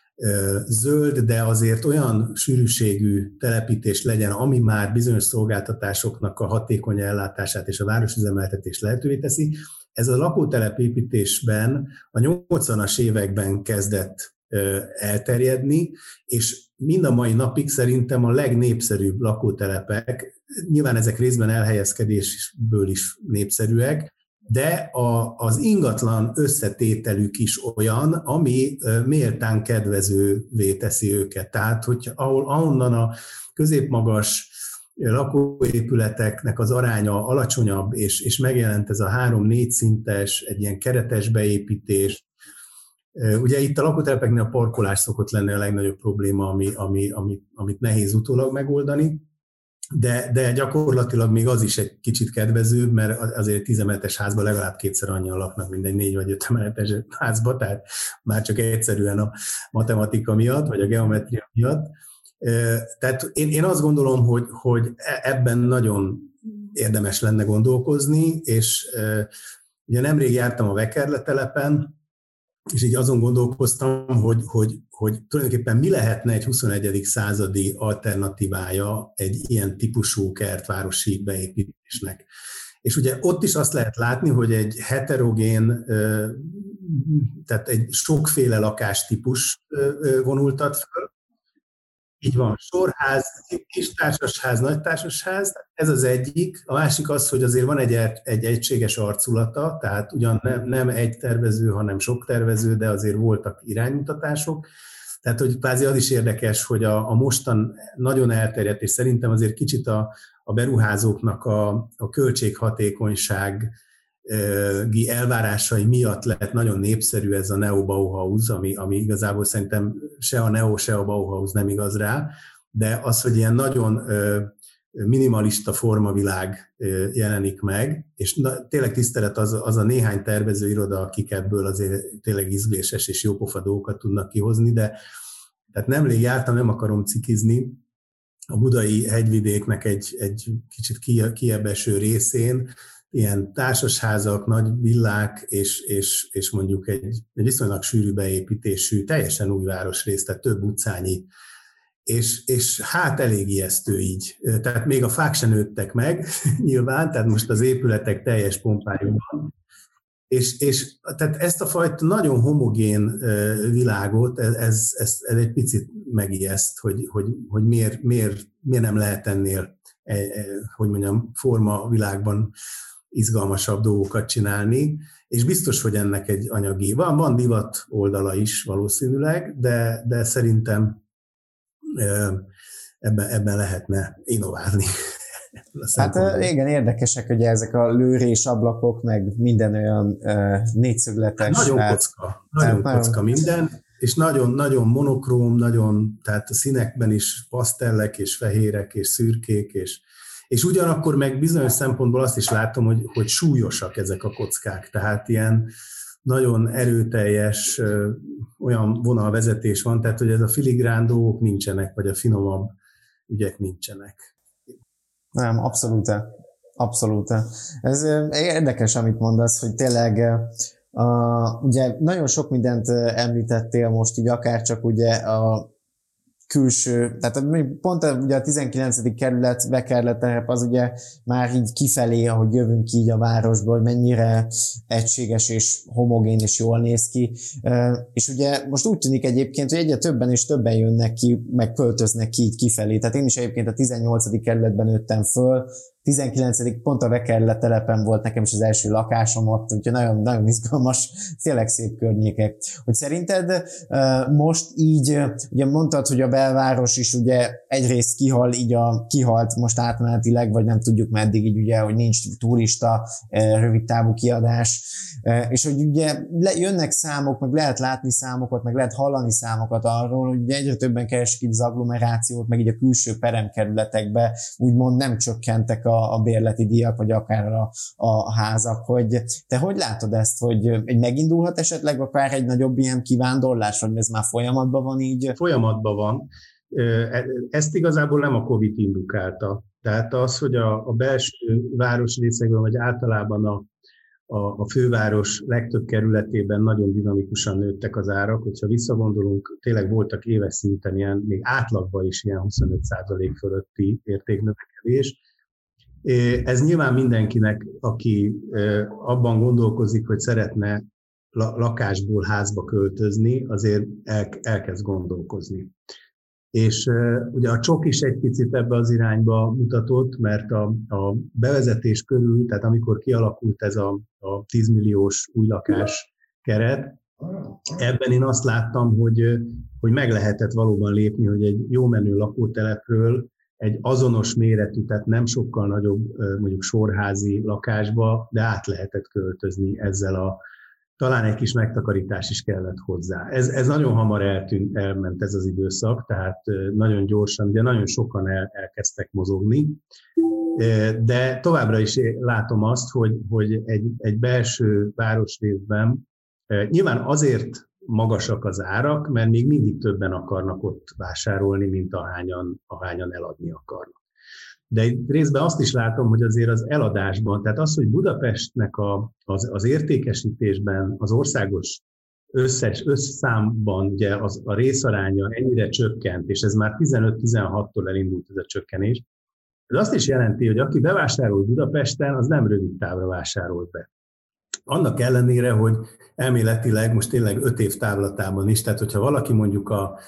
zöld, de azért olyan sűrűségű telepítés legyen, ami már bizonyos szolgáltatásoknak a hatékony ellátását és a városüzemeltetést lehetővé teszi. Ez a lakótelepépítésben a 80-as években kezdett elterjedni, és mind a mai napig szerintem a legnépszerűbb lakótelepek, nyilván ezek részben elhelyezkedésből is népszerűek, de az ingatlan összetételük is olyan, ami méltán kedvezővé teszi őket. Tehát, hogy ahonnan a középmagas lakóépületeknek az aránya alacsonyabb, és megjelent ez a 3-4 szintes, egy ilyen keretes beépítés. Ugye itt a lakótelepeknél a parkolás szokott lenni a legnagyobb probléma, amit nehéz utólag megoldani, de gyakorlatilag még az is egy kicsit kedvezőbb, mert azért 10 emeletes házban legalább 2-szer annyian laknak, mint egy 4 vagy 5 emeletes házban, tehát már csak egyszerűen a matematika miatt, vagy a geometria miatt. Tehát én azt gondolom, hogy ebben nagyon érdemes lenne gondolkozni, és ugye nemrég jártam a Vekerle telepen, és így azon gondolkoztam, hogy tulajdonképpen mi lehetne egy 21. századi alternatívája egy ilyen típusú kertvárosi beépítésnek. És ugye ott is azt lehet látni, hogy egy heterogén, tehát egy sokféle lakástípus vonultat föl. Így van, sorház, kis társasház, nagy társasház, ez az egyik. A másik az, hogy azért van egy egységes arculata, tehát ugyan nem egy tervező, hanem sok tervező, de azért voltak iránymutatások. Tehát, hogy kvázi az is érdekes, hogy a mostan nagyon elterjedt, és szerintem azért kicsit a beruházóknak a költséghatékonyság elvárásai miatt lett nagyon népszerű ez a Neo-Bauhaus, ami igazából szerintem se a Neo, se a Bauhaus nem igaz rá, de az, hogy ilyen nagyon minimalista formavilág jelenik meg, és tényleg tisztelet az a néhány tervezőiroda, akik ebből azért tényleg ízléses és jópofa dolgokat tudnak kihozni, de tehát nemrég jártam, nem akarom cikizni, a budai hegyvidéknek egy kicsit kijebb eső részén, ilyen társasházak, nagy villák, és mondjuk egy viszonylag sűrű beépítésű, teljesen új városrész, tehát több utcányi, és hát elég ijesztő így. Tehát még a fák se nőttek meg, nyilván, tehát most az épületek teljes pompájukban. És tehát ezt a fajta nagyon homogén világot, ez egy picit megijeszt, hogy miért nem lehet ennél, hogy mondjam, forma világban izgalmasabb dolgokat csinálni, és biztos, hogy ennek egy anyagi, van divat oldala is valószínűleg, de szerintem ebben lehetne innoválni. Hát igen, érdekesek ugye ezek a lőrés ablakok, meg minden olyan négyszögletes. Nagyon kocka minden, és nagyon monokróm, tehát a színekben is pasztellek, és fehérek, és szürkék, és ugyanakkor meg bizonyos szempontból azt is látom, hogy súlyosak ezek a kockák, tehát ilyen nagyon erőteljes olyan vonalvezetés van, tehát hogy ez a filigrán dolgok nincsenek, vagy a finomabb ügyek nincsenek. Nem, abszolút. Ez érdekes, amit mondasz, hogy tényleg ugye nagyon sok mindent említettél most így, akár csak ugye külső, tehát pont ugye a 19. kerület Vekerleterep az ugye már így kifelé, ahogy jövünk így a városból, hogy mennyire egységes és homogén és jól néz ki. És ugye most úgy tűnik egyébként, hogy egyre többen és többen jönnek ki, meg költöznek ki így kifelé. Tehát én is egyébként a 18. kerületben nőttem föl, 19. pont a Vekerle telepen volt nekem is az első lakásom ott, úgyhogy nagyon, nagyon izgalmas, tényleg szép környékek. Hogy szerinted most így, ugye mondtad, hogy a belváros is ugye egyrészt kihalt most átmenetileg, vagy nem tudjuk meddig így ugye, hogy nincs turista, rövidtávú kiadás, és hogy ugye jönnek számok, meg lehet látni számokat, meg lehet hallani számokat arról, hogy ugye egyre többen keresik az agglomerációt, meg így a külső peremkerületekbe úgymond nem csökkentek a bérleti díjak, vagy akár a házak, hogy te hogy látod ezt, hogy megindulhat esetleg akár egy nagyobb ilyen kivándorlás, vagy ez már folyamatban van így? Folyamatban van. Ezt igazából nem a Covid indukálta. Tehát az, hogy a belső városrészekben, vagy általában a főváros legtöbb kerületében nagyon dinamikusan nőttek az árak. Hogyha visszagondolunk, tényleg voltak éves szinten ilyen, még átlagban is ilyen 25% fölötti értéknövekedés. Ez nyilván mindenkinek, aki abban gondolkozik, hogy szeretne lakásból házba költözni, azért elkezd gondolkozni. És ugye a csok is egy picit ebbe az irányba mutatott, mert a bevezetés körül, tehát amikor kialakult ez a 10 milliós új lakás keret, ebben én azt láttam, hogy meg lehetett valóban lépni, hogy egy jó menő lakótelepről egy azonos méretű, tehát nem sokkal nagyobb mondjuk sorházi lakásba, de át lehetett költözni ezzel talán egy kis megtakarítás is kellett hozzá. Ez nagyon hamar elment ez az időszak, tehát nagyon gyorsan, de nagyon sokan elkezdtek mozogni, de továbbra is látom azt, hogy egy belső városrészben nyilván azért magasak az árak, mert még mindig többen akarnak ott vásárolni, mint ahányan eladni akarnak. De itt részben azt is látom, hogy azért az eladásban, tehát az, hogy Budapestnek az értékesítésben, az országos összszámban ugye a részaránya ennyire csökkent, és ez már 15-16-tól elindult ez a csökkenés, ez azt is jelenti, hogy aki bevásárol Budapesten, az nem rövid távra vásárolt be. Annak ellenére, hogy elméletileg most tényleg 5 év távlatában is, tehát hogyha valaki mondjuk a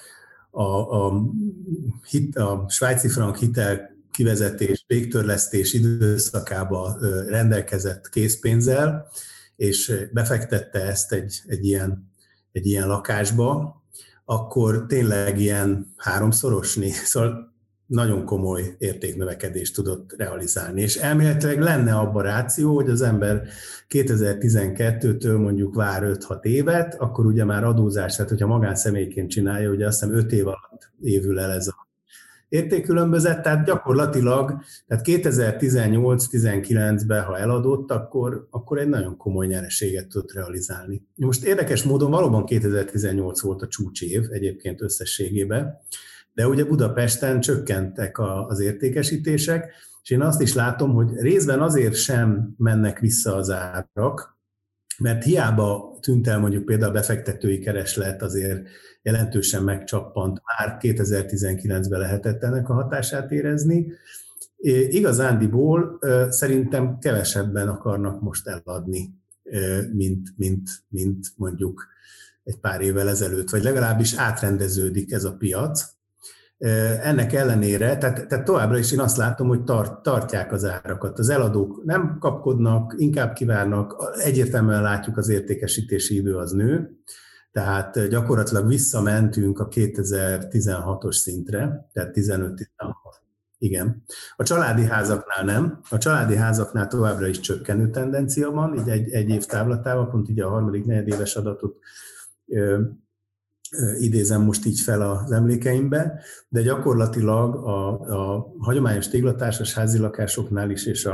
svájci frank hitel kivezetés, végtörlesztés időszakába rendelkezett készpénzzel, és befektette ezt egy ilyen lakásba, akkor tényleg ilyen 3-szorosni, szóval nagyon komoly értéknövekedést tudott realizálni. És elméletileg lenne abban ráció, hogy az ember 2012-től mondjuk vár 5-6 évet, akkor ugye már adózás, tehát hogyha magánszemélyként csinálja, ugye azt hiszem 5 év alatt évül el ez a értékkülönbözet, tehát gyakorlatilag, tehát 2018-19-ben, ha eladott, akkor egy nagyon komoly nyereséget tudott realizálni. Most érdekes módon valóban 2018 volt a csúcsév egyébként összességében, de ugye Budapesten csökkentek az értékesítések, és én azt is látom, hogy részben azért sem mennek vissza az árak, mert hiába tűnt el mondjuk például a befektetői kereslet, azért jelentősen megcsappant, már 2019-ben lehetett ennek a hatását érezni. Igazándiból szerintem kevesebben akarnak most eladni, mint mondjuk egy pár évvel ezelőtt, vagy legalábbis átrendeződik ez a piac. Ennek ellenére, tehát továbbra is én azt látom, hogy tartják az árakat. Az eladók nem kapkodnak, inkább kivárnak, egyértelműen látjuk, az értékesítési idő az nő, tehát gyakorlatilag visszamentünk a 2016-os szintre, tehát 15-16. Igen. A családi házaknál nem. A családi házaknál továbbra is csökkenő tendencia van, így egy év távlatával, pont így a harmadik negyedéves adatot idézem most így fel az emlékeimbe, de gyakorlatilag a hagyományos téglatársas házi lakásoknál is, és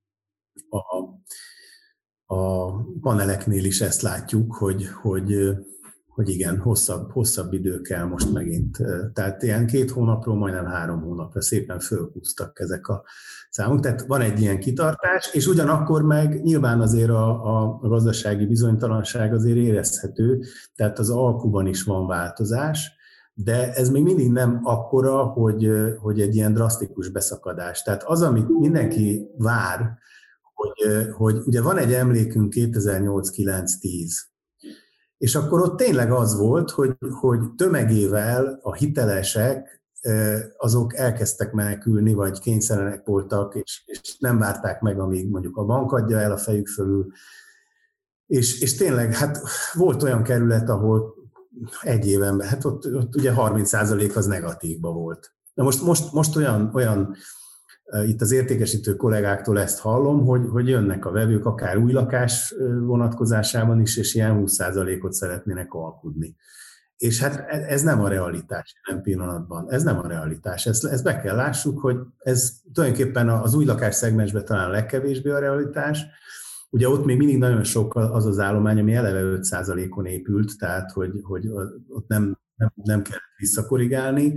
a paneleknél is ezt látjuk, hogy igen, hosszabb idő kell most megint. Tehát ilyen 2 hónapról majdnem 3 hónapra szépen fölhúztak ezek a számok. Tehát van egy ilyen kitartás, és ugyanakkor meg nyilván azért a gazdasági bizonytalanság azért érezhető, tehát az alkuban is van változás, de ez még mindig nem akkora, hogy egy ilyen drasztikus beszakadás. Tehát az, amit mindenki vár, hogy ugye van egy emlékünk 2008-9-10, és akkor ott tényleg az volt, hogy tömegével a hitelesek azok elkezdtek menekülni, vagy kényszerűek voltak, és nem várták meg, amíg mondjuk a bank adja el a fejük fölül. És tényleg, hát volt olyan kerület, ahol egy éven, hát ott ugye 30% az negatívba volt. Na most olyan itt az értékesítő kollégáktól ezt hallom, hogy jönnek a vevők akár új lakás vonatkozásában is, és ilyen 20%-ot szeretnének alkudni. És hát ez nem a realitás nem pillanatban. Ez nem a realitás. Ezt be kell lássuk, hogy ez tulajdonképpen az új lakás szegmensben talán a legkevésbé a realitás. Ugye ott még mindig nagyon sok az állomány, ami eleve 5%-on épült, tehát hogy ott nem kell visszakorrigálni.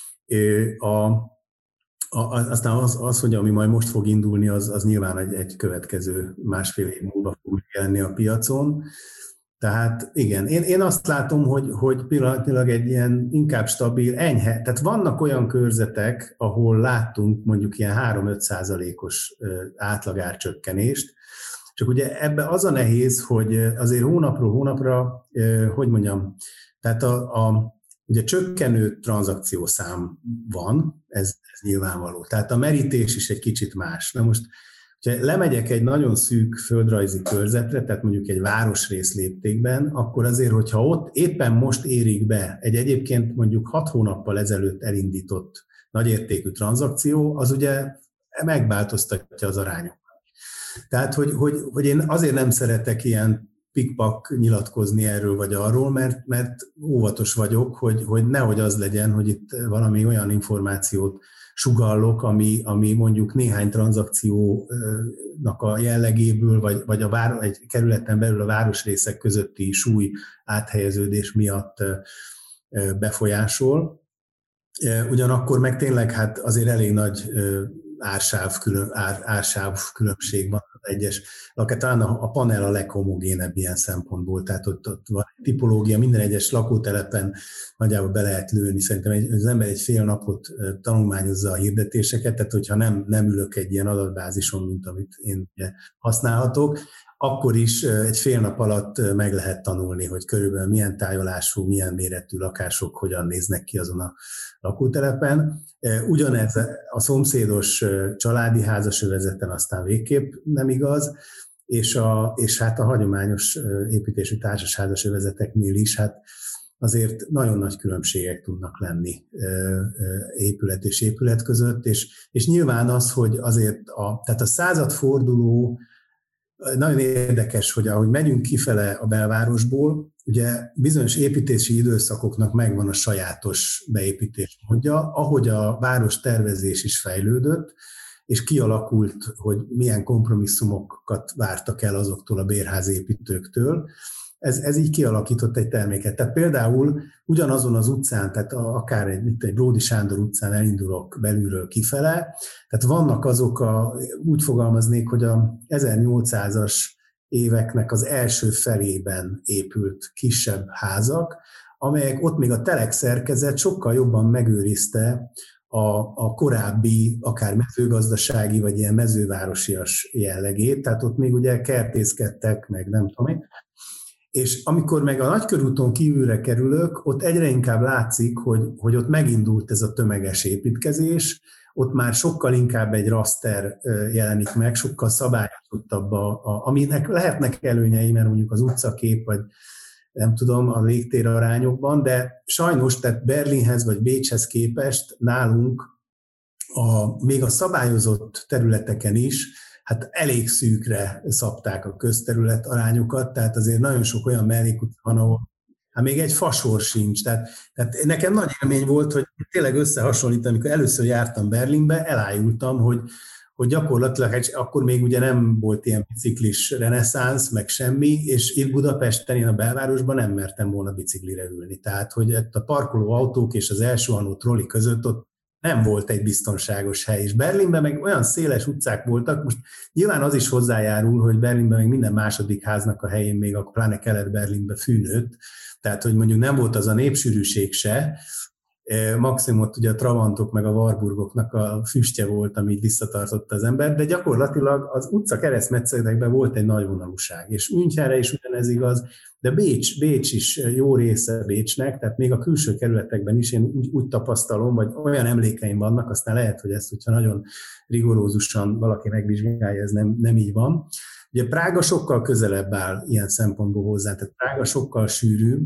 Aztán az, hogy ami majd most fog indulni, az nyilván egy következő másfél év múlva fog jelenni a piacon. Tehát igen, én azt látom, hogy pillanatnyilag egy ilyen inkább stabil, enyhe, tehát vannak olyan körzetek, ahol láttunk mondjuk ilyen 3-5%-os átlagárcsökkenést, csak ugye ebbe az a nehéz, hogy azért hónapról hónapra, hogy mondjam, tehát ugye csökkenő tranzakciószám van, ez nyilvánvaló. Tehát a merítés is egy kicsit más. Na most, ha lemegyek egy nagyon szűk földrajzi körzetre, tehát mondjuk egy városrész léptékben, akkor azért, hogyha ott éppen most érik be egy egyébként mondjuk 6 hónappal ezelőtt elindított nagyértékű tranzakció, az ugye megváltoztatja az arányokat. Tehát, hogy én azért nem szeretek ilyen pikpak nyilatkozni erről vagy arról, mert óvatos vagyok, hogy nehogy az legyen, hogy itt valami olyan információt sugallok, ami mondjuk néhány tranzakciónak a jellegéből, vagy egy kerületen belül a városrészek közötti súly áthelyeződés miatt befolyásol. Ugyanakkor meg tényleg hát azért elég nagy ársáv különbség van az egyes lakás. Talán a panel a leghomogénebb ilyen szempontból, tehát ott van egy tipológia, minden egyes lakótelepen nagyjából be lehet lőni. Szerintem az ember egy fél napot tanulmányozza a hirdetéseket, tehát hogyha nem ülök egy ilyen adatbázison, mint amit én használhatok, akkor is egy fél nap alatt meg lehet tanulni, hogy körülbelül milyen tájolású, milyen méretű lakások hogyan néznek ki azon a lakótelepen. Ugyanez a családi házasövezeten aztán végképp nem igaz, és hát a hagyományos építésű társasházasövezeteknél is hát azért nagyon nagy különbségek tudnak lenni épület és épület között, és nyilván az, hogy azért tehát a századforduló nagyon érdekes, hogy ahogy megyünk kifele a belvárosból, ugye bizonyos építési időszakoknak megvan a sajátos beépítés módja, ahogy a város tervezés is fejlődött, és kialakult, hogy milyen kompromisszumokat vártak el azoktól a bérházépítőktől, ez így kialakított egy terméket. Tehát például ugyanazon az utcán, tehát akár egy Bródi Sándor utcán elindulok belülről kifele, tehát vannak azok úgy fogalmaznék, hogy a 1800-as éveknek az első felében épült kisebb házak, amelyek ott még a telekszerkezet sokkal jobban megőrizte a korábbi, akár mezőgazdasági, vagy ilyen mezővárosias jellegét, tehát ott még ugye kertészkedtek, meg nem tudom én. És amikor meg a Nagykörúton kívülre kerülök, ott egyre inkább látszik, hogy ott megindult ez a tömeges építkezés, ott már sokkal inkább egy raster jelenik meg, sokkal szabályozottabb, aminek lehetnek előnyei, mert mondjuk az utcakép, vagy nem tudom, a légtér arányokban, de sajnos, tehát Berlinhez vagy Bécshez képest nálunk még a szabályozott területeken is hát elég szűkre szabták a közterület arányokat, tehát azért nagyon sok olyan mellékutca van, ahol még egy fasor sincs. Tehát nekem nagy élmény volt, hogy tényleg összehasonlítani, amikor először jártam Berlinbe, elájultam, hogy gyakorlatilag akkor még ugye nem volt ilyen biciklis reneszánsz, meg semmi, és itt Budapesten, én a belvárosban nem mertem volna biciklire ülni. Tehát, hogy a parkoló autók és az elsuhanó trolli között ott nem volt egy biztonságos hely. És Berlinben meg olyan széles utcák voltak, most nyilván az is hozzájárul, hogy Berlinben meg minden második háznak a helyén még a pláne Kelet-Berlinben fű nőtt, Tehát, hogy mondjuk nem volt az a népsűrűség se, maximum ott ugye a Trabantok meg a Warburgoknak a füstje volt, ami visszatartotta az ember, de gyakorlatilag az utca keresztmetszetekben volt egy nagy vonalúság, és Münchenre is ugyanez igaz, de Bécs is jó része Bécsnek, tehát még a külső kerületekben is én úgy tapasztalom, vagy olyan emlékeim vannak, aztán lehet, hogy ezt, hogyha nagyon rigorózusan valaki megvizsgálja, ez nem így van. Ugye Prága sokkal közelebb áll ilyen szempontból hozzá, tehát Prága sokkal sűrűbb,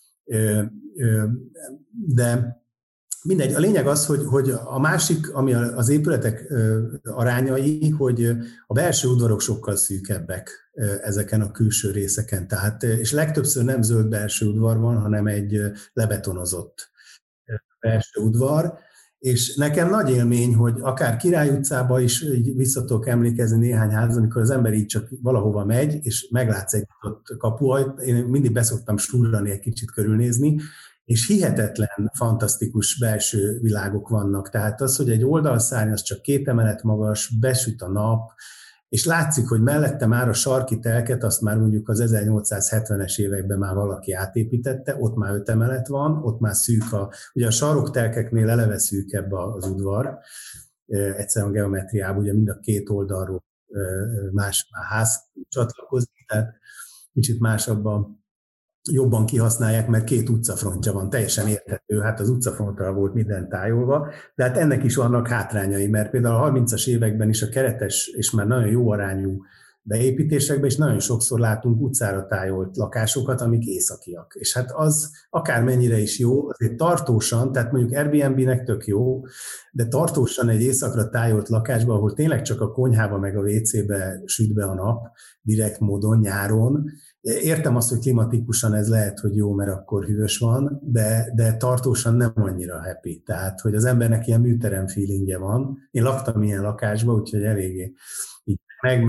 de mindegy, a lényeg az, hogy a másik, ami az épületek arányai, hogy a belső udvarok sokkal szűkebbek ezeken a külső részeken. Tehát, és legtöbbször nem zöld belső udvar van, hanem egy lebetonozott belső udvar. És nekem nagy élmény, hogy akár Király utcába is vissza tudok emlékezni néhány ház, amikor az ember így csak valahova megy, és meglátsz egy kapuajt, én mindig beszoktam sturrani, egy kicsit körülnézni, és hihetetlen, fantasztikus belső világok vannak. Tehát az, hogy egy oldalszárny az csak 2 emelet magas, besüt a nap, és látszik, hogy mellette már a sarki telket, azt már mondjuk az 1870-es években már valaki átépítette, ott már 5 emelet van, ott már szűk ugye a saroktelkeknél eleve szűkebb az udvar, egyszerűen a geometriában, ugye mind a 2 oldalról más ház csatlakozik, tehát kicsit másabban jobban kihasználják, mert 2 utcafrontja van, teljesen érthető, hát az utcafrontra volt minden tájolva, de hát ennek is vannak hátrányai, mert például a 30-as években is a keretes és már nagyon jó arányú beépítésekben is nagyon sokszor látunk utcára tájolt lakásokat, amik északiak. És hát az akármennyire is jó, azért tartósan, tehát mondjuk Airbnb-nek tök jó, de tartósan egy északra tájolt lakásban, ahol tényleg csak a konyhába meg a WC-be süt be a nap, direkt módon, nyáron. Értem azt, hogy klimatikusan ez lehet, hogy jó, mert akkor hűvös van, de tartósan nem annyira happy. Tehát, hogy az embernek ilyen műterem feelingje van. Én laktam ilyen lakásban, úgyhogy eléggé így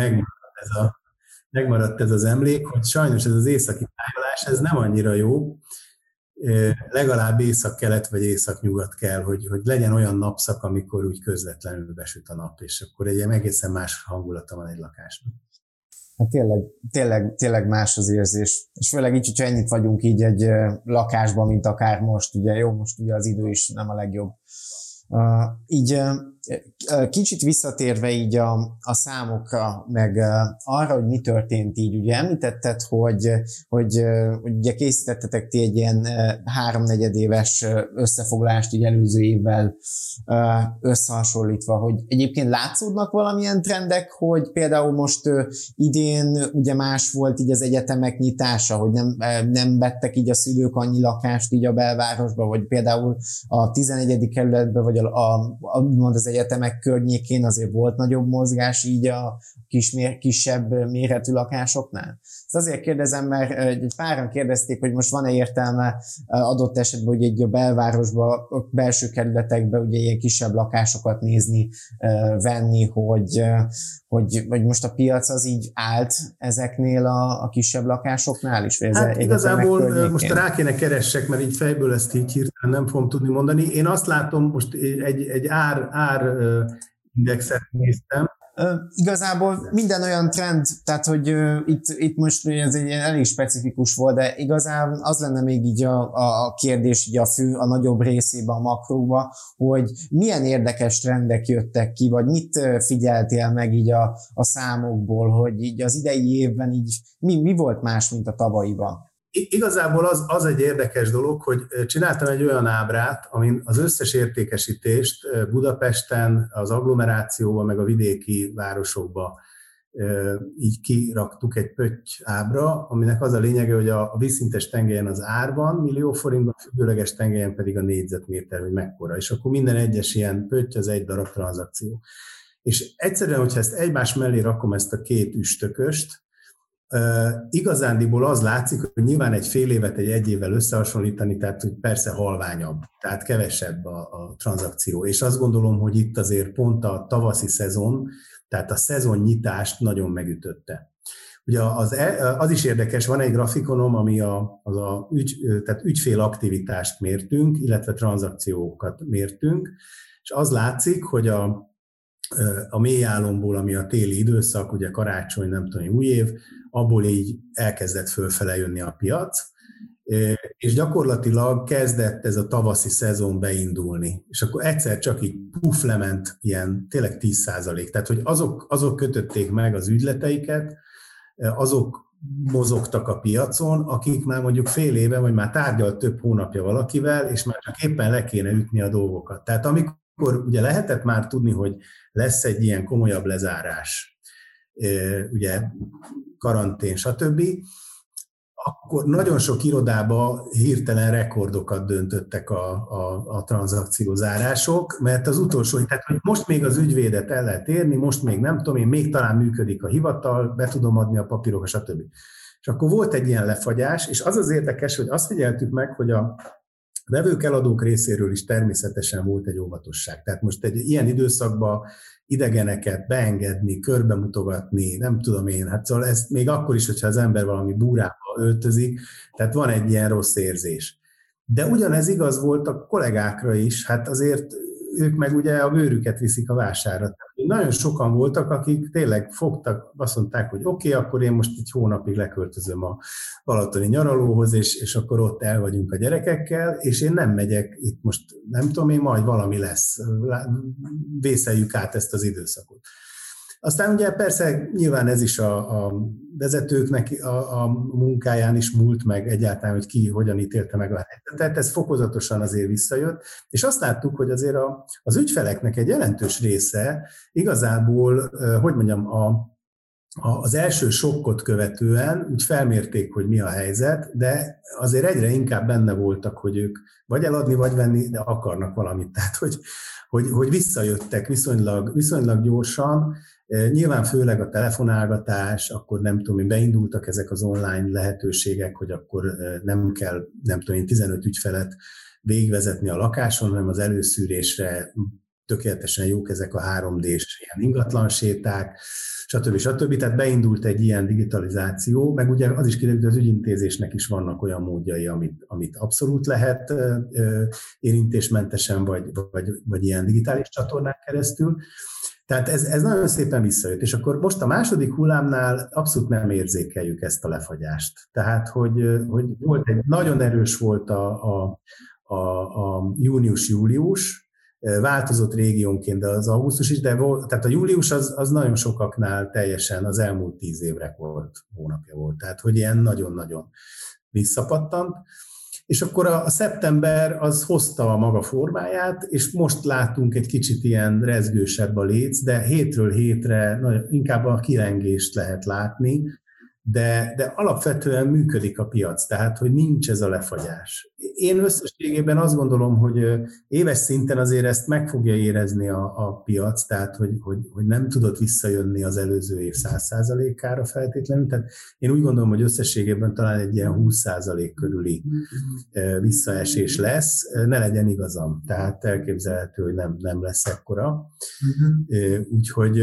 megmaradt ez az emlék, hogy sajnos ez az északi tájolás, ez nem annyira jó. Legalább észak-kelet vagy észak-nyugat kell, hogy legyen olyan napszak, amikor úgy közvetlenül besüt a nap, és akkor egy egészen más hangulata van egy lakásban. Hát tényleg más az érzés. És főleg így, hogyha ennyit vagyunk így egy lakásban, mint akár most, ugye jó, most ugye az idő is nem a legjobb. Így kicsit visszatérve így a számokra, meg arra, hogy mi történt így, ugye említetted, hogy ugye készítettetek ti egy ilyen 3-4 éves összefoglalást így előző évvel összehasonlítva, hogy egyébként látszódnak valamilyen trendek, hogy például most idén ugye más volt így az egyetemek nyitása, hogy nem vettek így a szülők annyi lakást így a belvárosba, vagy például a 11. kerületben, vagy az egyetemek környékén azért volt nagyobb mozgás így a kisebb méretű lakásoknál. Ezt azért kérdezem, mert egy páran kérdezték, hogy most van-e értelme adott esetben, hogy egy a belvárosban, a belső kerületekben ugye ilyen kisebb lakásokat nézni, venni, hogy most a piac az így állt ezeknél a kisebb lakásoknál is? Hát igazából most rá kéne keressek, mert így fejből ezt így hirtelen nem fogom tudni mondani. Én azt látom, most egy ár indexet néztem. Igazából minden olyan trend, tehát hogy itt most ez egy elég specifikus volt, de igazán az lenne még így a kérdés így a nagyobb részében, a makróba, hogy milyen érdekes trendek jöttek ki, vagy mit figyeltél meg így a számokból, hogy így az idei évben így mi volt más, mint a tavalyiban? Igazából az egy érdekes dolog, hogy csináltam egy olyan ábrát, amin az összes értékesítést Budapesten, az agglomerációban, meg a vidéki városokban így kiraktuk egy pötty ábra, aminek az a lényege, hogy a vízszintes tengelyen az ár van, millió forintban, függőleges tengelyen pedig a négyzetméter, hogy mekkora. És akkor minden egyes ilyen pötty az egy darab tranzakció. És egyszerűen, hogyha ezt egymás mellé rakom ezt a 2 üstököst, igazándiból az látszik, hogy nyilván egy fél évet egy évvel összehasonlítani, tehát hogy persze halványabb, tehát kevesebb a tranzakció. És azt gondolom, hogy itt azért pont a tavaszi szezon, tehát a szezonnyitást nagyon megütötte. Ugye az is érdekes, van egy grafikonom, ami tehát ügyfél aktivitást mértünk, illetve tranzakciókat mértünk, és az látszik, hogy a mély álomból, ami a téli időszak, ugye karácsony, nem tudom, új év, abból így elkezdett fölfele jönni a piac, és gyakorlatilag kezdett ez a tavaszi szezon beindulni. És akkor egyszer csak így puff lement ilyen tényleg 10%. Tehát, hogy azok kötötték meg az ügyleteiket, azok mozogtak a piacon, akik már mondjuk fél éve, vagy már tárgyalt több hónapja valakivel, és már csak éppen le kéne ütni a dolgokat. Tehát amikor ugye lehetett már tudni, hogy lesz egy ilyen komolyabb lezárás, ugye karantén, stb., akkor nagyon sok irodába hirtelen rekordokat döntöttek a tranzakciózárások, mert az utolsó, tehát hogy most még az ügyvédet el lehet érni, most még nem tudom én, még talán működik a hivatal, be tudom adni a papírokat, stb. És akkor volt egy ilyen lefagyás, és az az érdekes, hogy azt figyeltük meg, hogy a vevők eladók részéről is természetesen volt egy óvatosság. Tehát most egy ilyen időszakban idegeneket beengedni, körbemutogatni, nem tudom én, hát szóval ez még akkor is, hogyha az ember valami búrába öltözik, tehát van egy ilyen rossz érzés. De ugyanez igaz volt a kollégákra is, hát azért ők meg ugye a bőrüket viszik a vásárra. Nagyon sokan voltak, akik tényleg fogtak, azt mondták, hogy oké, akkor én most egy hónapig leköltözöm a balatoni nyaralóhoz, és akkor ott el vagyunk a gyerekekkel, és én nem megyek itt most, nem tudom én, majd valami lesz, vészeljük át ezt az időszakot. Aztán ugye persze nyilván ez is a vezetőknek a munkáján is múlt meg egyáltalán, hogy ki hogyan ítélte meg a helyzetet. Tehát ez fokozatosan azért visszajött, és azt láttuk, hogy azért az ügyfeleknek egy jelentős része igazából, hogy mondjam, az első sokkot követően úgy felmérték, hogy mi a helyzet, de azért egyre inkább benne voltak, hogy ők vagy eladni, vagy venni, de akarnak valamit. Tehát, hogy visszajöttek viszonylag gyorsan. Nyilván főleg a telefonálgatás, akkor nem tudom én, beindultak ezek az online lehetőségek, hogy akkor nem kell, nem tudom én, 15 ügyfelet végigvezetni a lakáson, hanem az előszűrésre tökéletesen jók ezek a 3D-s ilyen ingatlanséták, stb. Tehát beindult egy ilyen digitalizáció, meg ugye az is kiderült, hogy az ügyintézésnek is vannak olyan módjai, amit abszolút lehet érintésmentesen, vagy ilyen digitális csatornák keresztül. Tehát ez nagyon szépen visszajött. És akkor most a második hullámnál abszolút nem érzékeljük ezt a lefagyást. Tehát, hogy volt egy nagyon erős volt a június-július, változott régiónként, de az augusztus is, de tehát a július az nagyon sokaknál teljesen az elmúlt 10 év rekord hónapja volt. Tehát, hogy ilyen nagyon-nagyon visszapattant. És akkor a szeptember az hozta a maga formáját, és most látunk egy kicsit ilyen rezgősebb a léc, de hétről hétre inkább a kilengést lehet látni, de alapvetően működik a piac, tehát hogy nincs ez a lefagyás. Én összességében azt gondolom, hogy éves szinten azért ezt meg fogja érezni a piac, tehát hogy nem tudott visszajönni az előző év 100%-ára feltétlenül, tehát én úgy gondolom, hogy összességében talán egy ilyen 20% körüli visszaesés lesz, ne legyen igazam, tehát elképzelhető, hogy nem lesz ekkora. Úgyhogy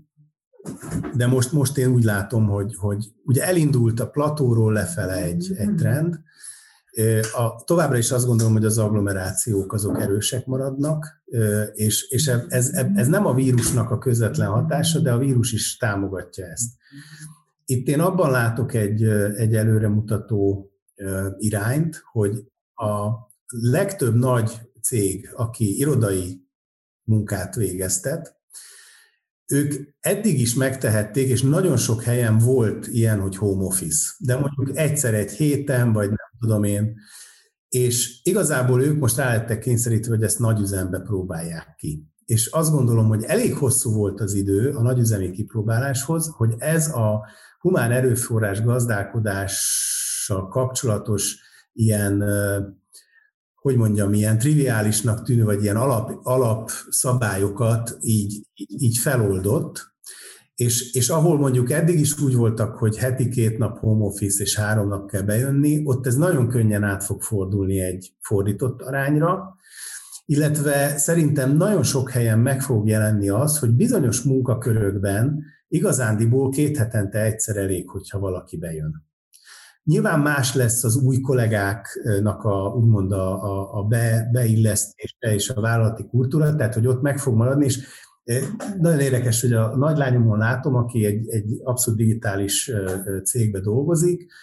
de most én úgy látom, hogy ugye elindult a platóról lefele egy trend. Továbbra is azt gondolom, hogy az agglomerációk azok erősek maradnak, és ez nem a vírusnak a közvetlen hatása, de a vírus is támogatja ezt. Itt én abban látok egy előremutató irányt, hogy a legtöbb nagy cég, aki irodai munkát végeztet, ők eddig is megtehették, és nagyon sok helyen volt ilyen, hogy home office, de mondjuk egyszer egy héten, vagy nem tudom én, és igazából ők most rá lettek kényszerítve, hogy ezt nagyüzembe próbálják ki. És azt gondolom, hogy elég hosszú volt az idő a nagyüzemi kipróbáláshoz, hogy ez a humán erőforrás gazdálkodással kapcsolatos ilyen, hogy mondjam, ilyen triviálisnak tűnő, vagy ilyen alapszabályokat így feloldott, és ahol mondjuk eddig is úgy voltak, hogy heti 2 nap home office és 3 nap kell bejönni, ott ez nagyon könnyen át fog fordulni egy fordított arányra, illetve szerintem nagyon sok helyen meg fog jelenni az, hogy bizonyos munkakörökben igazándiból 2 hetente egyszer elég, hogyha valaki bejön. Nyilván más lesz az új kollégáknak úgymond a beillesztése és a vállalati kultúra, tehát hogy ott meg fog maradni, és nagyon érdekes, hogy a nagylányomon látom, aki egy abszolút digitális cégbe dolgozik,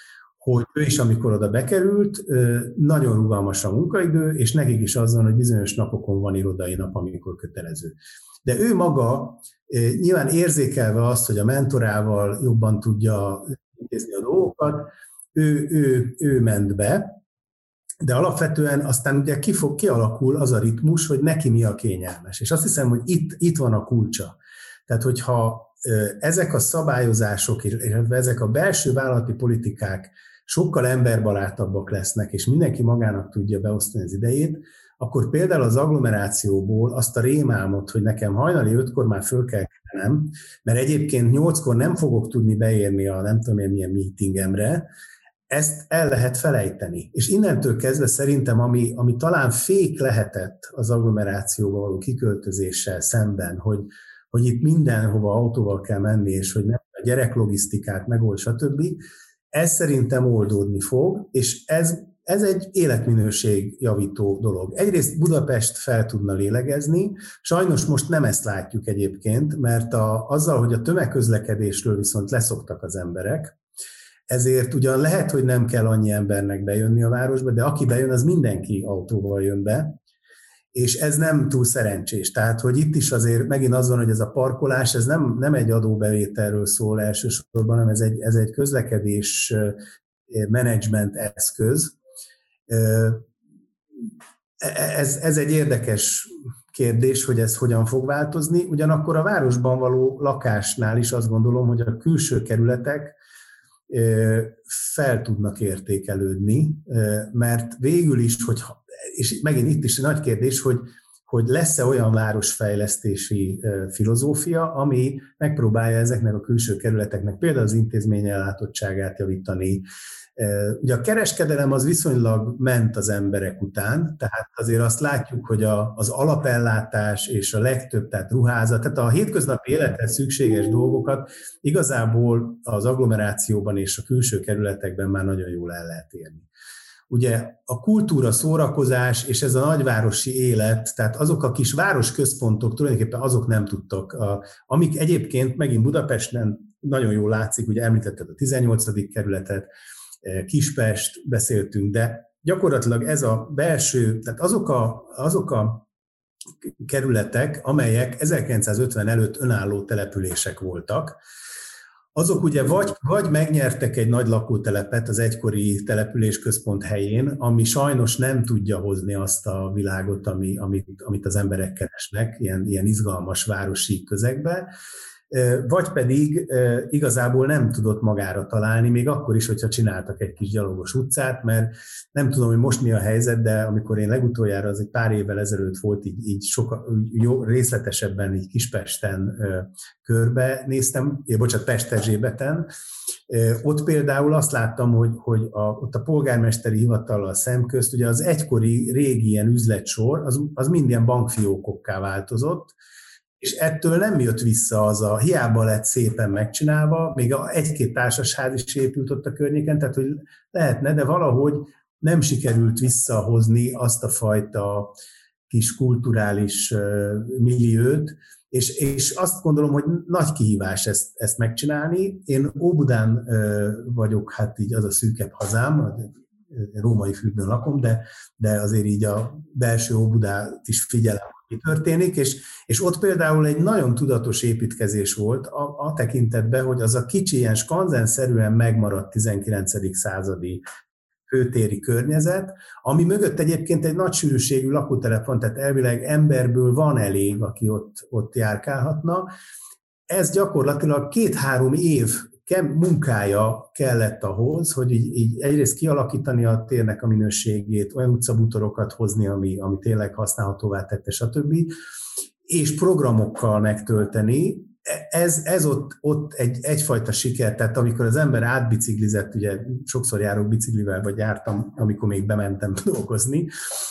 hogy ő is, amikor oda bekerült, nagyon rugalmas a munkaidő, és nekik is az van, hogy bizonyos napokon van irodai nap, amikor kötelező. De ő maga nyilván érzékelve azt, hogy a mentorával jobban tudja intézni a dolgokat, ő ment be, de alapvetően aztán ugye kialakul az a ritmus, hogy neki mi a kényelmes. És azt hiszem, hogy itt van a kulcsa. Tehát, hogyha ezek a szabályozások, illetve ezek a belső vállalati politikák sokkal emberbarátabbak lesznek, és mindenki magának tudja beosztani az idejét, akkor például az agglomerációból azt a rémálmot, hogy nekem hajnali 5-kor már föl kell kelnem, mert egyébként 8-kor nem fogok tudni beérni a nem tudom én milyen meetingemre, ezt el lehet felejteni. És innentől kezdve szerintem, ami talán fék lehetett az agglomerációba való kiköltözéssel szemben, hogy itt mindenhova autóval kell menni, és hogy nem a gyereklogisztikát megold, stb., ez szerintem oldódni fog, és ez egy életminőségjavító dolog. Egyrészt Budapest fel tudna lélegezni, sajnos most nem ezt látjuk egyébként, mert azzal, hogy a tömegközlekedésről viszont leszoktak az emberek, ezért ugyan lehet, hogy nem kell annyi embernek bejönni a városba, de aki bejön, az mindenki autóval jön be, és ez nem túl szerencsés. Tehát, hogy itt is azért megint az van, hogy ez a parkolás, ez nem egy adóbevételről szól elsősorban, hanem ez egy közlekedés menedzsment eszköz. Ez egy érdekes kérdés, hogy ez hogyan fog változni. Ugyanakkor a városban való lakásnál is azt gondolom, hogy a külső kerületek fel tudnak értékelődni, mert végül is, és megint itt is egy nagy kérdés, hogy lesz-e olyan városfejlesztési filozófia, ami megpróbálja ezeknek a külső kerületeknek például az intézményellátottságát javítani. Ugye a kereskedelem az viszonylag ment az emberek után, tehát azért azt látjuk, hogy az alapellátás és a legtöbb, tehát ruházat, tehát a hétköznapi élethez szükséges dolgokat igazából az agglomerációban és a külső kerületekben már nagyon jól el lehet érni. Ugye a kultúra, szórakozás és ez a nagyvárosi élet, tehát azok a kis városközpontok tulajdonképpen azok nem tudtak, amik egyébként megint Budapesten nagyon jól látszik, ugye említetted a 18. kerületet, Kispest beszéltünk, de gyakorlatilag ez a belső, tehát azok a kerületek, amelyek 1950 előtt önálló települések voltak, azok ugye vagy megnyertek egy nagy lakótelepet az egykori településközpont helyén, ami sajnos nem tudja hozni azt a világot, amit az emberek keresnek, ilyen izgalmas városi közegbe, vagy pedig igazából nem tudott magára találni, még akkor is, hogyha csináltak egy kis gyalogos utcát, mert nem tudom, hogy most mi a helyzet, de amikor én legutoljára, az egy pár évvel ezelőtt volt, így részletesebben így Kispesten körbe néztem, Pesterzsébeten, ott például azt láttam, hogy ott a polgármesteri hivatallal szemközt, ugye az egykori régi ilyen üzletsor, az mind ilyen bankfiókokká változott, és ettől nem jött vissza hiába lett szépen megcsinálva, még egy-két társasház is épült ott a környéken, tehát hogy lehetne, de valahogy nem sikerült visszahozni azt a fajta kis kulturális milliót, és azt gondolom, hogy nagy kihívás ezt megcsinálni. Én Óbudán vagyok, hát így az a szűkebb hazám, Római Fürdőn lakom, de azért így a belső Óbudát is figyelem, mi történik, és ott például egy nagyon tudatos építkezés volt a tekintetben, hogy az a kicsi, ilyen skanzenszerűen megmaradt 19. századi főtéri környezet, ami mögött egyébként egy nagy sűrűségű lakótelep van, tehát elvileg emberből van elég, aki ott járkálhatna. Ez gyakorlatilag 2-3 év munkája kellett ahhoz, hogy így egyrészt kialakítani a térnek a minőségét, olyan utcabútorokat hozni, ami tényleg használhatóvá tette, stb. És programokkal megtölteni. Ez ott egyfajta siker, tehát amikor az ember átbiciklizett, ugye sokszor járok biciklivel, vagy jártam, amikor még bementem dolgozni,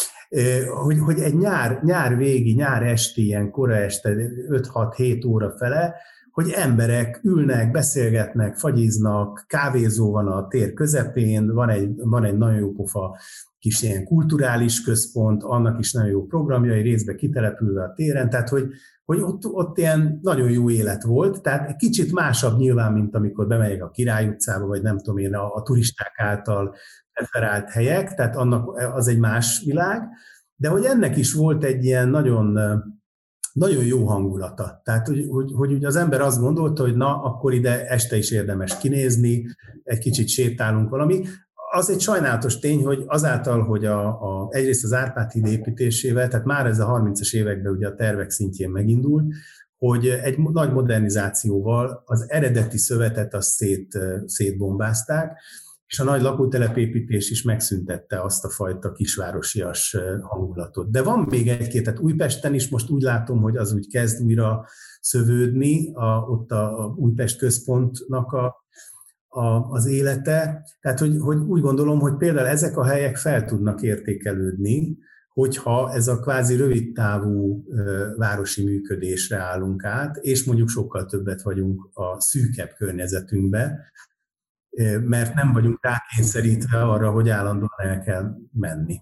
hogy egy nyár végi, nyár esti, ilyen kora este, 5-6-7 óra fele, hogy emberek ülnek, beszélgetnek, fagyiznak, kávézó van a tér közepén, van egy nagyon jó pofa kis ilyen kulturális központ, annak is nagyon jó programjai, részben kitelepülve a téren, tehát hogy ott ilyen nagyon jó élet volt, tehát egy kicsit másabb nyilván, mint amikor bemegyek a Király utcába, vagy nem tudom én, a turisták által preferált helyek, tehát annak az egy más világ, de hogy ennek is volt egy ilyen nagyon, nagyon jó hangulata. Tehát, hogy az ember azt gondolta, hogy na, akkor ide este is érdemes kinézni, egy kicsit sétálunk valami. Az egy sajnálatos tény, hogy azáltal, hogy egyrészt az Árpád-híd építésével, tehát már ez a 30-as években ugye a tervek szintjén megindult, hogy egy nagy modernizációval az eredeti szövetet azt szétbombázták, és a nagy lakótelepépítés is megszüntette azt a fajta kisvárosias hangulatot. De van még egy-két, tehát Újpesten is most úgy látom, hogy az úgy kezd újra szövődni, ott a Újpest központnak az élete. Tehát, hogy úgy gondolom, hogy például ezek a helyek fel tudnak értékelődni, hogyha ez a kvázi rövidtávú városi működésre állunk át, és mondjuk sokkal többet vagyunk a szűkebb környezetünkbe, mert nem vagyunk rákényszerítve arra, hogy állandóan el kell menni.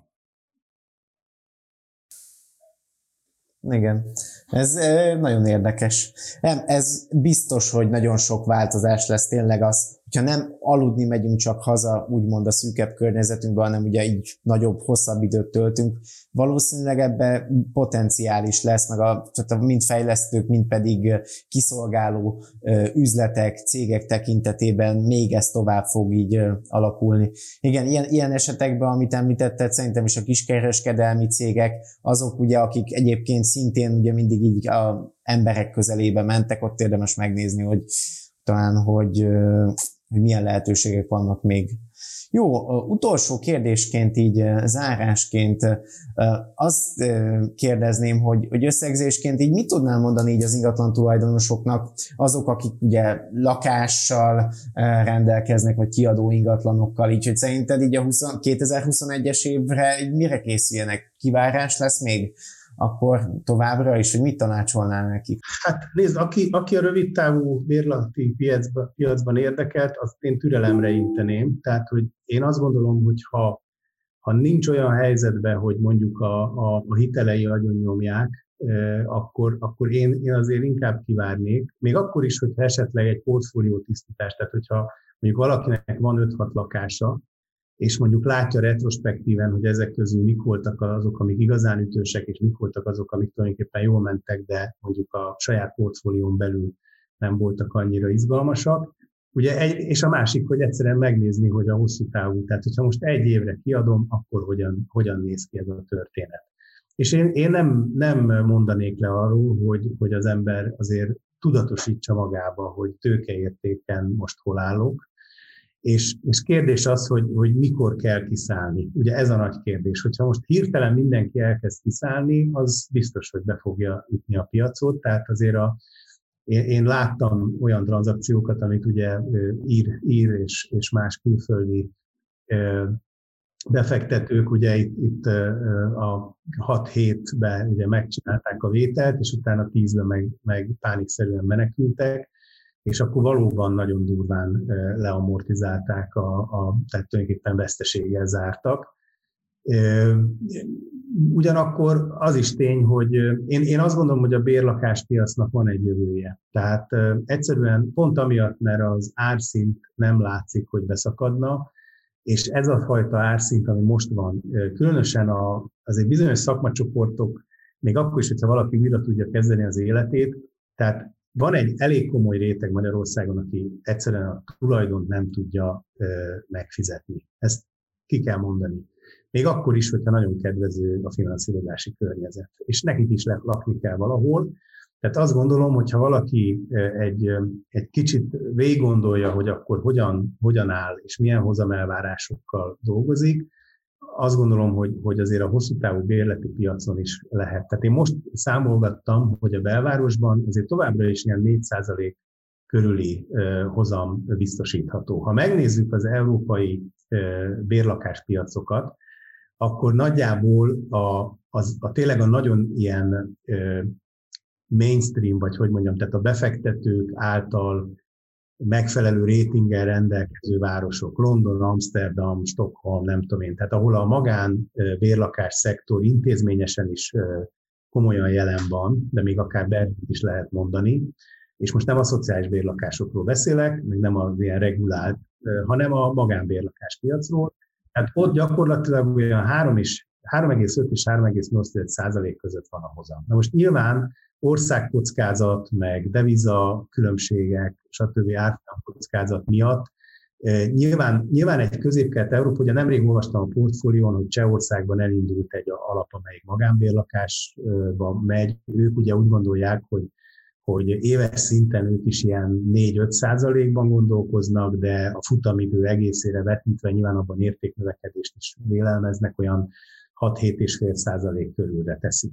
Igen, ez nagyon érdekes. Nem, ez biztos, hogy nagyon sok változás lesz tényleg az, hogyha nem aludni megyünk csak haza, úgymond a szűkebb környezetünkbe, hanem ugye így nagyobb, hosszabb időt töltünk, valószínűleg ebbe potenciális lesz, meg mind fejlesztők, mind pedig kiszolgáló üzletek, cégek tekintetében még ez tovább fog így alakulni. Igen, ilyen esetekben, amit említetted, szerintem is a kiskereskedelmi cégek, azok ugye, akik egyébként szintén ugye mindig így a emberek közelébe mentek, ott érdemes megnézni, hogy talán, hogy milyen lehetőségek vannak még. Jó, utolsó kérdésként, így zárásként azt kérdezném, hogy összegzésként így mit tudnál mondani így az ingatlan tulajdonosoknak, azok, akik ugye lakással rendelkeznek, vagy kiadó ingatlanokkal, így, hogy szerinted így a 2021-es évre így mire készüljenek? Kivárás lesz még? Akkor továbbra is, hogy mit tanácsolnál nekik? Hát nézd, aki a rövidtávú bérleti piacban érdekelt, azt én türelemre inteném. Tehát, hogy én azt gondolom, hogy ha nincs olyan helyzetben, hogy mondjuk a hitelei agyonnyomják, akkor én azért inkább kivárnék. Még akkor is, hogyha esetleg egy portfóliótisztítás, tehát hogyha mondjuk valakinek van 5-6 lakása, és mondjuk látja retrospektíven, hogy ezek közül mik voltak azok, amik igazán ütősek, és mik voltak azok, amik tulajdonképpen jól mentek, de mondjuk a saját portfólión belül nem voltak annyira izgalmasak. Ugye és a másik, hogy egyszerűen megnézni, hogy a hosszú távú, tehát hogyha most egy évre kiadom, akkor hogyan néz ki ez a történet. És én nem mondanék le arról, hogy az ember azért tudatosítsa magába, hogy tőkeértéken most hol állok, és kérdés az, hogy mikor kell kiszállni. Ugye ez a nagy kérdés. Hogyha most hirtelen mindenki elkezd kiszállni, az biztos, hogy be fogja ütni a piacot. Tehát azért én láttam olyan tranzakciókat, amit ugye ír és más külföldi befektetők ugye itt a 6-7-ben ugye megcsinálták a vételt, és utána 10-ben meg pánikszerűen menekültek, és akkor valóban nagyon durván leamortizálták, tehát tulajdonképpen veszteséggel zártak. Ugyanakkor az is tény, hogy én azt gondolom, hogy a bérlakáspiacnak van egy jövője. Tehát egyszerűen pont amiatt, mert az árszint nem látszik, hogy beszakadna, és ez a fajta árszint, ami most van, különösen azért bizonyos szakmacsoportok, még akkor is, hogyha valaki újra tudja kezdeni az életét, tehát van egy elég komoly réteg Magyarországon, aki egyszerűen a tulajdont nem tudja megfizetni. Ezt ki kell mondani. Még akkor is, hogyha nagyon kedvező a finanszírozási környezet. És nekik is lakni kell valahol. Tehát azt gondolom, hogy ha valaki egy kicsit végiggondolja, hogy akkor hogyan áll, és milyen hozamelvárásokkal dolgozik, azt gondolom, hogy azért a hosszú távú bérleti piacon is lehet. Tehát én most számolgattam, hogy a belvárosban azért továbbra is ilyen 4% körüli hozam biztosítható. Ha megnézzük az európai bérlakáspiacokat, akkor nagyjából tényleg a nagyon ilyen mainstream, vagy hogy mondjam, tehát a befektetők által megfelelő rétinggel rendelkező városok, London, Amsterdam, Stockholm, nem tudom én, tehát ahol a magán bérlakás szektor intézményesen is komolyan jelen van, de még akár Berlint is lehet mondani, és most nem a szociális bérlakásokról beszélek, meg nem az ilyen regulált, hanem a magánbérlakáspiacról. Tehát ott gyakorlatilag olyan 3,5 és 3,8% között van a hozam. Na most nyilván országkockázat, meg deviza különbségek, stb. Árfolyamkockázat miatt nyilván egy közép-kelet-európa, ugye nemrég olvastam a portfólión, hogy Csehországban elindult egy alap, amelyik magánbérlakásba megy. Ők ugye úgy gondolják, hogy éves szinten ők is ilyen 4-5%-ban gondolkoznak, de a futamidő egészére vetítve nyilván abban értéknövekedést is vélelmeznek, olyan 6-7,5% körülre teszik.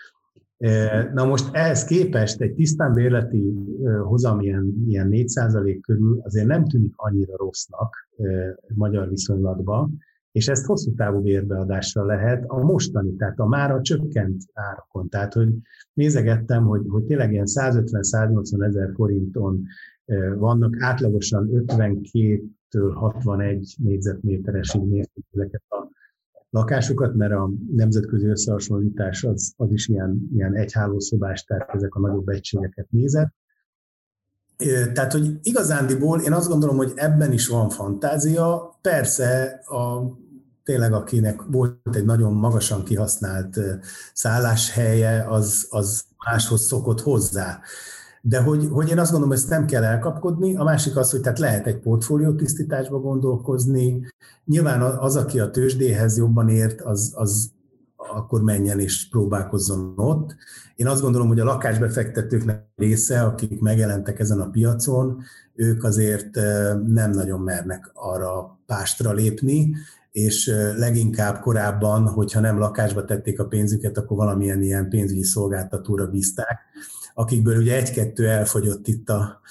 Na most ehhez képest egy tisztán bérleti hozam ilyen 4% körül azért nem tűnik annyira rossznak magyar viszonylatban, és ezt hosszú távú bérbeadásra lehet a mostani, tehát a mára csökkent árakon. Tehát, hogy nézegettem, hogy tényleg ilyen 150-180 ezer forinton vannak átlagosan 52-től 61 négyzetméteresig mérték ezeket a lakásokat, mert a nemzetközi összehasonlítás az is ilyen egyhálószobás, tehát ezek a nagyobb egységeket nézett. Tehát, hogy igazándiból én azt gondolom, hogy ebben is van fantázia. Persze tényleg akinek volt egy nagyon magasan kihasznált szálláshelye, az máshoz szokott hozzá. De hogy én azt gondolom, hogy ezt nem kell elkapkodni. A másik az, hogy tehát lehet egy portfóliótisztításba gondolkozni. Nyilván az, aki a tőzsdéhez jobban ért, az akkor menjen és próbálkozzon ott. Én azt gondolom, hogy a lakásbefektetőknek része, akik megjelentek ezen a piacon, ők azért nem nagyon mernek arra pástra lépni, és leginkább korábban, hogyha nem lakásba tették a pénzüket, akkor valamilyen ilyen pénzügyi szolgáltatóra bízták, akikből ugye 1-2 elfogyott itt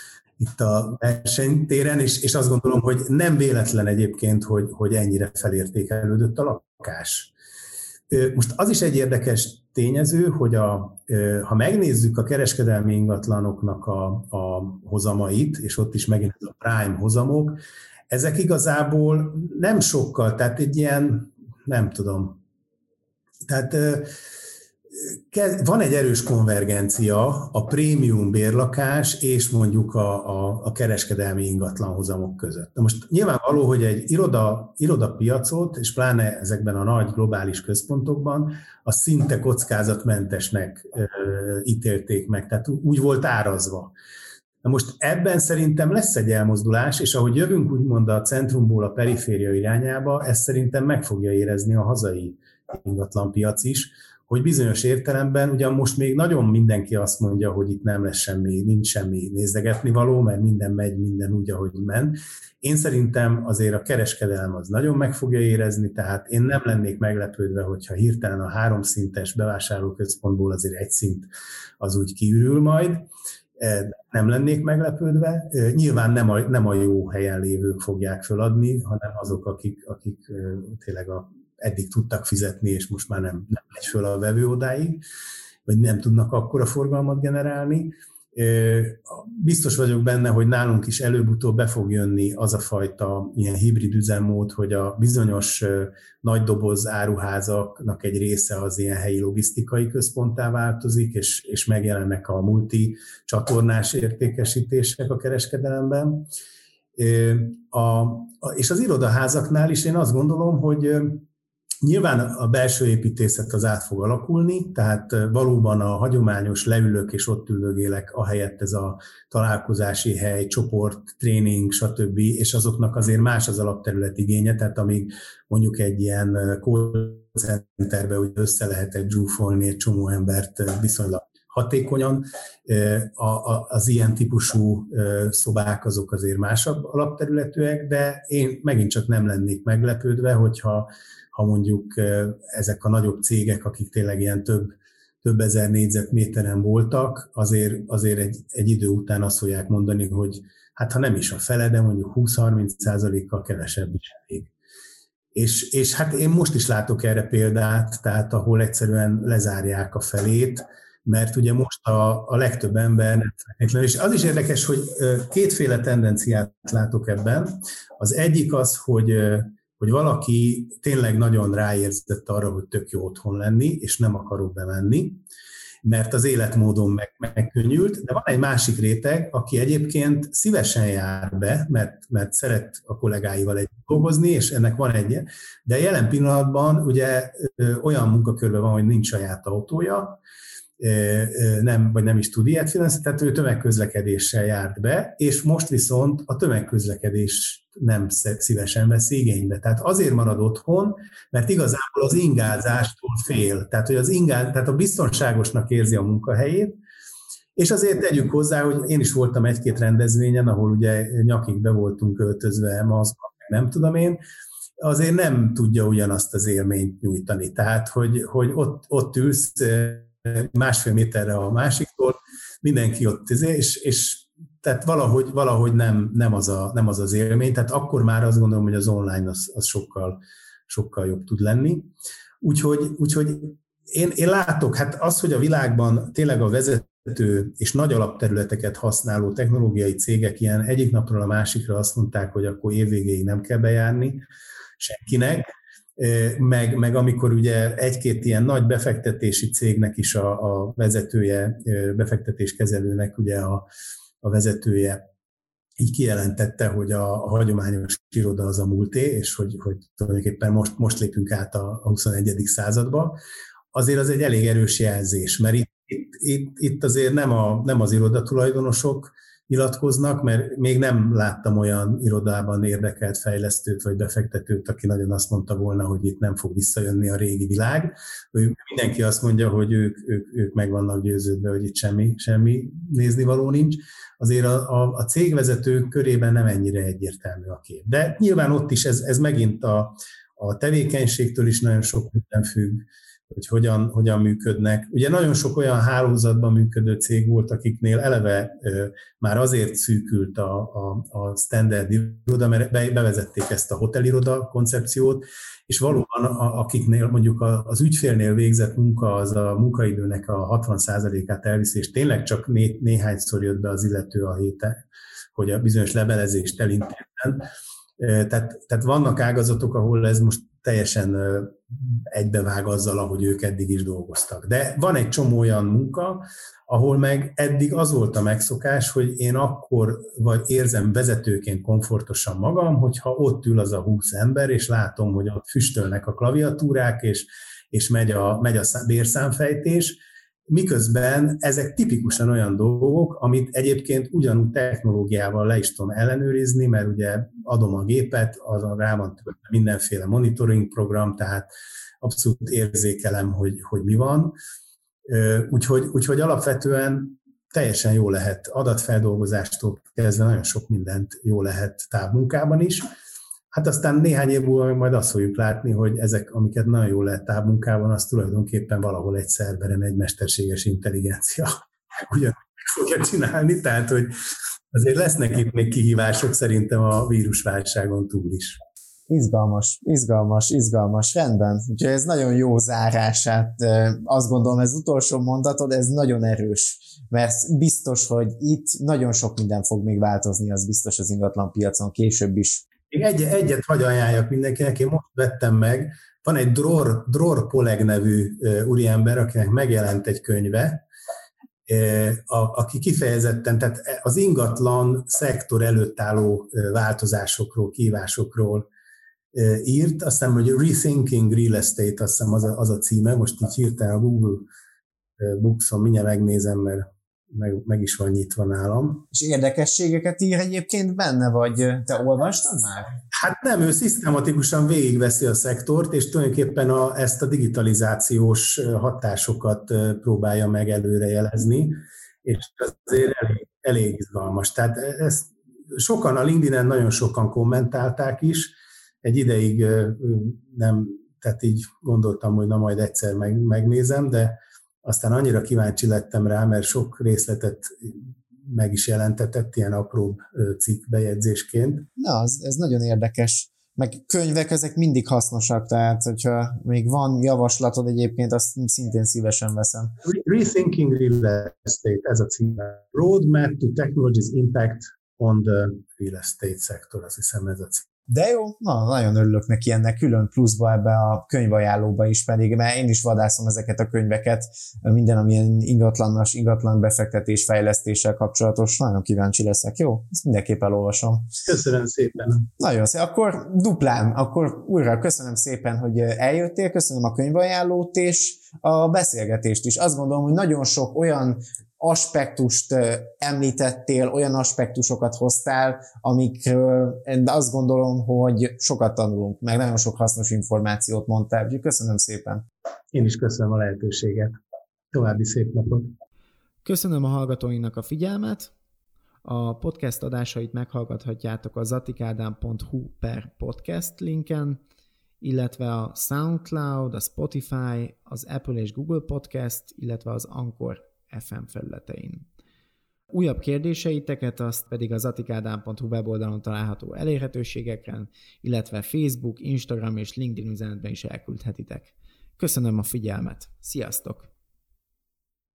a versenytéren, és azt gondolom, hogy nem véletlen egyébként, hogy ennyire felértékelődött a lakás. Most az is egy érdekes tényező, hogy ha megnézzük a kereskedelmi ingatlanoknak a hozamait, és ott is megint a prime hozamok, ezek igazából nem sokkal, tehát egy ilyen, nem tudom, tehát van egy erős konvergencia a prémium bérlakás és mondjuk a kereskedelmi ingatlanhozamok között. Na most nyilvánvaló, hogy egy irodapiacot, és pláne ezekben a nagy globális központokban, a szinte kockázatmentesnek ítélték meg, tehát úgy volt árazva. Na most ebben szerintem lesz egy elmozdulás, és ahogy jövünk úgymond a centrumból a periféria irányába, ezt szerintem meg fogja érezni a hazai ingatlanpiac is, hogy bizonyos értelemben, ugyan most még nagyon mindenki azt mondja, hogy itt nem lesz semmi, nincs semmi nézegetni való, mert minden megy, minden úgy, ahogy ment. Én szerintem azért a kereskedelem az nagyon meg fogja érezni, tehát én nem lennék meglepődve, hogyha hirtelen a 3 szintes bevásárlóközpontból azért 1 szint az úgy kiürül majd. Nem lennék meglepődve. Nyilván nem a jó helyen lévők fogják föladni, hanem azok, akik tényleg eddig tudtak fizetni, és most már nem megy föl a vevő odáig, vagy nem tudnak akkora forgalmat generálni. Biztos vagyok benne, hogy nálunk is előbb-utóbb be fog jönni az a fajta ilyen hibrid üzemmód, hogy a bizonyos nagy doboz áruházaknak egy része az ilyen helyi logisztikai központtá változik, és megjelennek a multi csatornás értékesítések a kereskedelemben. És az irodaházaknál is én azt gondolom, hogy nyilván a belső építészet az át fog alakulni, tehát valóban a hagyományos leülök és ott üldögélek, ahelyett ez a találkozási hely, csoport, tréning, stb., és azoknak azért más az alapterület igénye, tehát amíg mondjuk egy ilyen call centerbe úgy össze lehetett zsúfolni egy csomó embert viszonylag hatékonyan, az ilyen típusú szobák azok azért másabb alapterületűek, de én megint csak nem lennék meglepődve, hogyha mondjuk ezek a nagyobb cégek, akik tényleg ilyen több ezer négyzetméteren voltak, azért egy idő után azt fogják mondani, hogy hát ha nem is a fele, de mondjuk 20-30%-kal kevesebb is elég. És hát én most is látok erre példát, tehát ahol egyszerűen lezárják a felét, mert ugye most a legtöbb ember nem feltétlenül. És az is érdekes, hogy kétféle tendenciát látok ebben. Az egyik az, hogy valaki tényleg nagyon ráérzett arra, hogy tök jó otthon lenni, és nem akarok bemenni, mert az életmódon megkönnyült, de van egy másik réteg, aki egyébként szívesen jár be, mert szeret a kollégáival együtt dolgozni, és ennek van egy, de jelen pillanatban ugye olyan munkakörben van, hogy nincs saját autója, vagy nem is tud ilyet finanszírozni, tehát ő tömegközlekedéssel járt be, és most viszont a tömegközlekedés nem szívesen vesz igénybe. Tehát azért marad otthon, mert igazából az ingázástól fél. Tehát, hogy tehát a biztonságosnak érzi a munkahelyét, és azért tegyük hozzá, hogy én is voltam egy-két rendezvényen, ahol ugye nyakig be voltunk öltözve, maszkban, nem tudom én, azért nem tudja ugyanazt az élményt nyújtani. Tehát, hogy ott ülsz 1,5 méterre a másiktól, mindenki ott, és tehát valahogy nem az az élmény, tehát akkor már azt gondolom, hogy az online az sokkal jobb tud lenni. Úgyhogy én látok, hát az, hogy a világban tényleg a vezető és nagy alapterületeket használó technológiai cégek ilyen egyik napról a másikra azt mondták, hogy akkor évvégéig nem kell bejárni senkinek, meg amikor ugye egy-két ilyen nagy befektetési cégnek is a vezetője, befektetéskezelőnek ugye a vezetője így kijelentette, hogy a hagyományos iroda az a múlté, és hogy tulajdonképpen most lépünk át a 21. századba, azért az egy elég erős jelzés, mert itt azért nem az irodatulajdonosok nyilatkoznak, mert még nem láttam olyan irodában érdekelt fejlesztőt vagy befektetőt, aki nagyon azt mondta volna, hogy itt nem fog visszajönni a régi világ. Mindenki azt mondja, hogy ők meg vannak győződve, hogy itt semmi néznivaló nincs. Azért a cégvezetők körében nem ennyire egyértelmű a kép. De nyilván ott is ez megint a tevékenységtől is nagyon sok minden függ, hogy hogyan működnek. Ugye nagyon sok olyan hálózatban működő cég volt, akiknél eleve már azért szűkült a standard iroda, mert bevezették ezt a hoteliroda koncepciót, és valóban akiknél mondjuk az ügyfélnél végzett munka, az a munkaidőnek a 60%-át elviszi, és tényleg csak néhányszor jött be az illető a héten, hogy a bizonyos levelezést elintézzen. Tehát vannak ágazatok, ahol ez most teljesen egybevág azzal, ahogy ők eddig is dolgoztak. De van egy csomó olyan munka, ahol meg eddig az volt a megszokás, hogy én akkor vagy érzem vezetőként komfortosan magam, hogyha ott ül az a 20 ember, és látom, hogy ott füstölnek a klaviatúrák, és megy a bérszámfejtés, miközben ezek tipikusan olyan dolgok, amit egyébként ugyanúgy technológiával le is tudom ellenőrizni, mert ugye adom a gépet, azon rá van mindenféle monitoring program, tehát abszolút érzékelem, hogy mi van. Úgyhogy alapvetően teljesen jó lehet adatfeldolgozástól kezdve, nagyon sok mindent jó lehet távmunkában is. Hát aztán néhány év múlva majd azt fogjuk látni, hogy ezek, amiket nagyon jól lehet távmunkában, az tulajdonképpen valahol egy szerveren egy mesterséges intelligencia ugyanúgy fogja csinálni, tehát hogy azért lesznek itt még kihívások szerintem a vírusválságon túl is. Izgalmas, rendben. Úgyhogy ez nagyon jó zárását. Azt gondolom, ez utolsó mondatod, ez nagyon erős, mert biztos, hogy itt nagyon sok minden fog még változni, az biztos az ingatlan piacon később is. Még egyet hagy ajánljak mindenkinek, én most vettem meg, van egy Dror Poleg nevű úriember, akinek megjelent egy könyve, aki kifejezetten, tehát az ingatlan szektor előtt álló változásokról, kihívásokról írt, azt hiszem, hogy Rethinking Real Estate, azt hiszem az a címe, most így hirtelen a Google Books-on mindjárt megnézem, mert meg is van nyitva nálam. És érdekességeket ír egyébként benne, vagy te olvastad már? Hát nem, ő szisztematikusan végigveszi a szektort, és tulajdonképpen ezt a digitalizációs hatásokat próbálja meg előrejelezni, és azért elég izgalmas. Tehát ezt sokan a LinkedIn-en nagyon sokan kommentálták is, egy ideig nem, tehát így gondoltam, hogy na majd egyszer megnézem, de aztán annyira kíváncsi lettem rá, mert sok részletet meg is jelentetett ilyen apróbb cikk bejegyzésként. Na, ez nagyon érdekes. meg könyvek, ezek mindig hasznosak, tehát hogyha még van javaslatod egyébként, azt szintén szívesen veszem. Rethinking Real Estate, ez a címe. Roadmap to Technology's Impact on the Real Estate Sector, azt hiszem ez a címe. De jó, nagyon örülök neki ennek külön pluszba ebbe a könyvajánlóba is pedig, mert én is vadászom ezeket a könyveket, minden, amilyen ingatlan befektetés, fejlesztéssel kapcsolatos, nagyon kíváncsi leszek, jó? Ezt mindenképp elolvasom. Köszönöm szépen. Nagyon szép, akkor duplán, akkor újra köszönöm szépen, hogy eljöttél, köszönöm a könyvajánlót és a beszélgetést is. Azt gondolom, hogy nagyon sok olyan aspektust említettél, olyan aspektusokat hoztál, amikről azt gondolom, hogy sokat tanulunk, meg nagyon sok hasznos információt mondtál, úgyhogy köszönöm szépen. Én is köszönöm a lehetőséget. További szép napot. Köszönöm a hallgatóinknak a figyelmet. A podcast adásait meghallgathatjátok a zatikádám.hu/podcast linken, illetve a SoundCloud, a Spotify, az Apple és Google Podcast, illetve az Anchor FM felületein. Újabb kérdéseiteket azt pedig az zatikádám.hu weboldalon található elérhetőségeken, illetve Facebook, Instagram és LinkedIn üzenetben is elküldhetitek. Köszönöm a figyelmet! Sziasztok!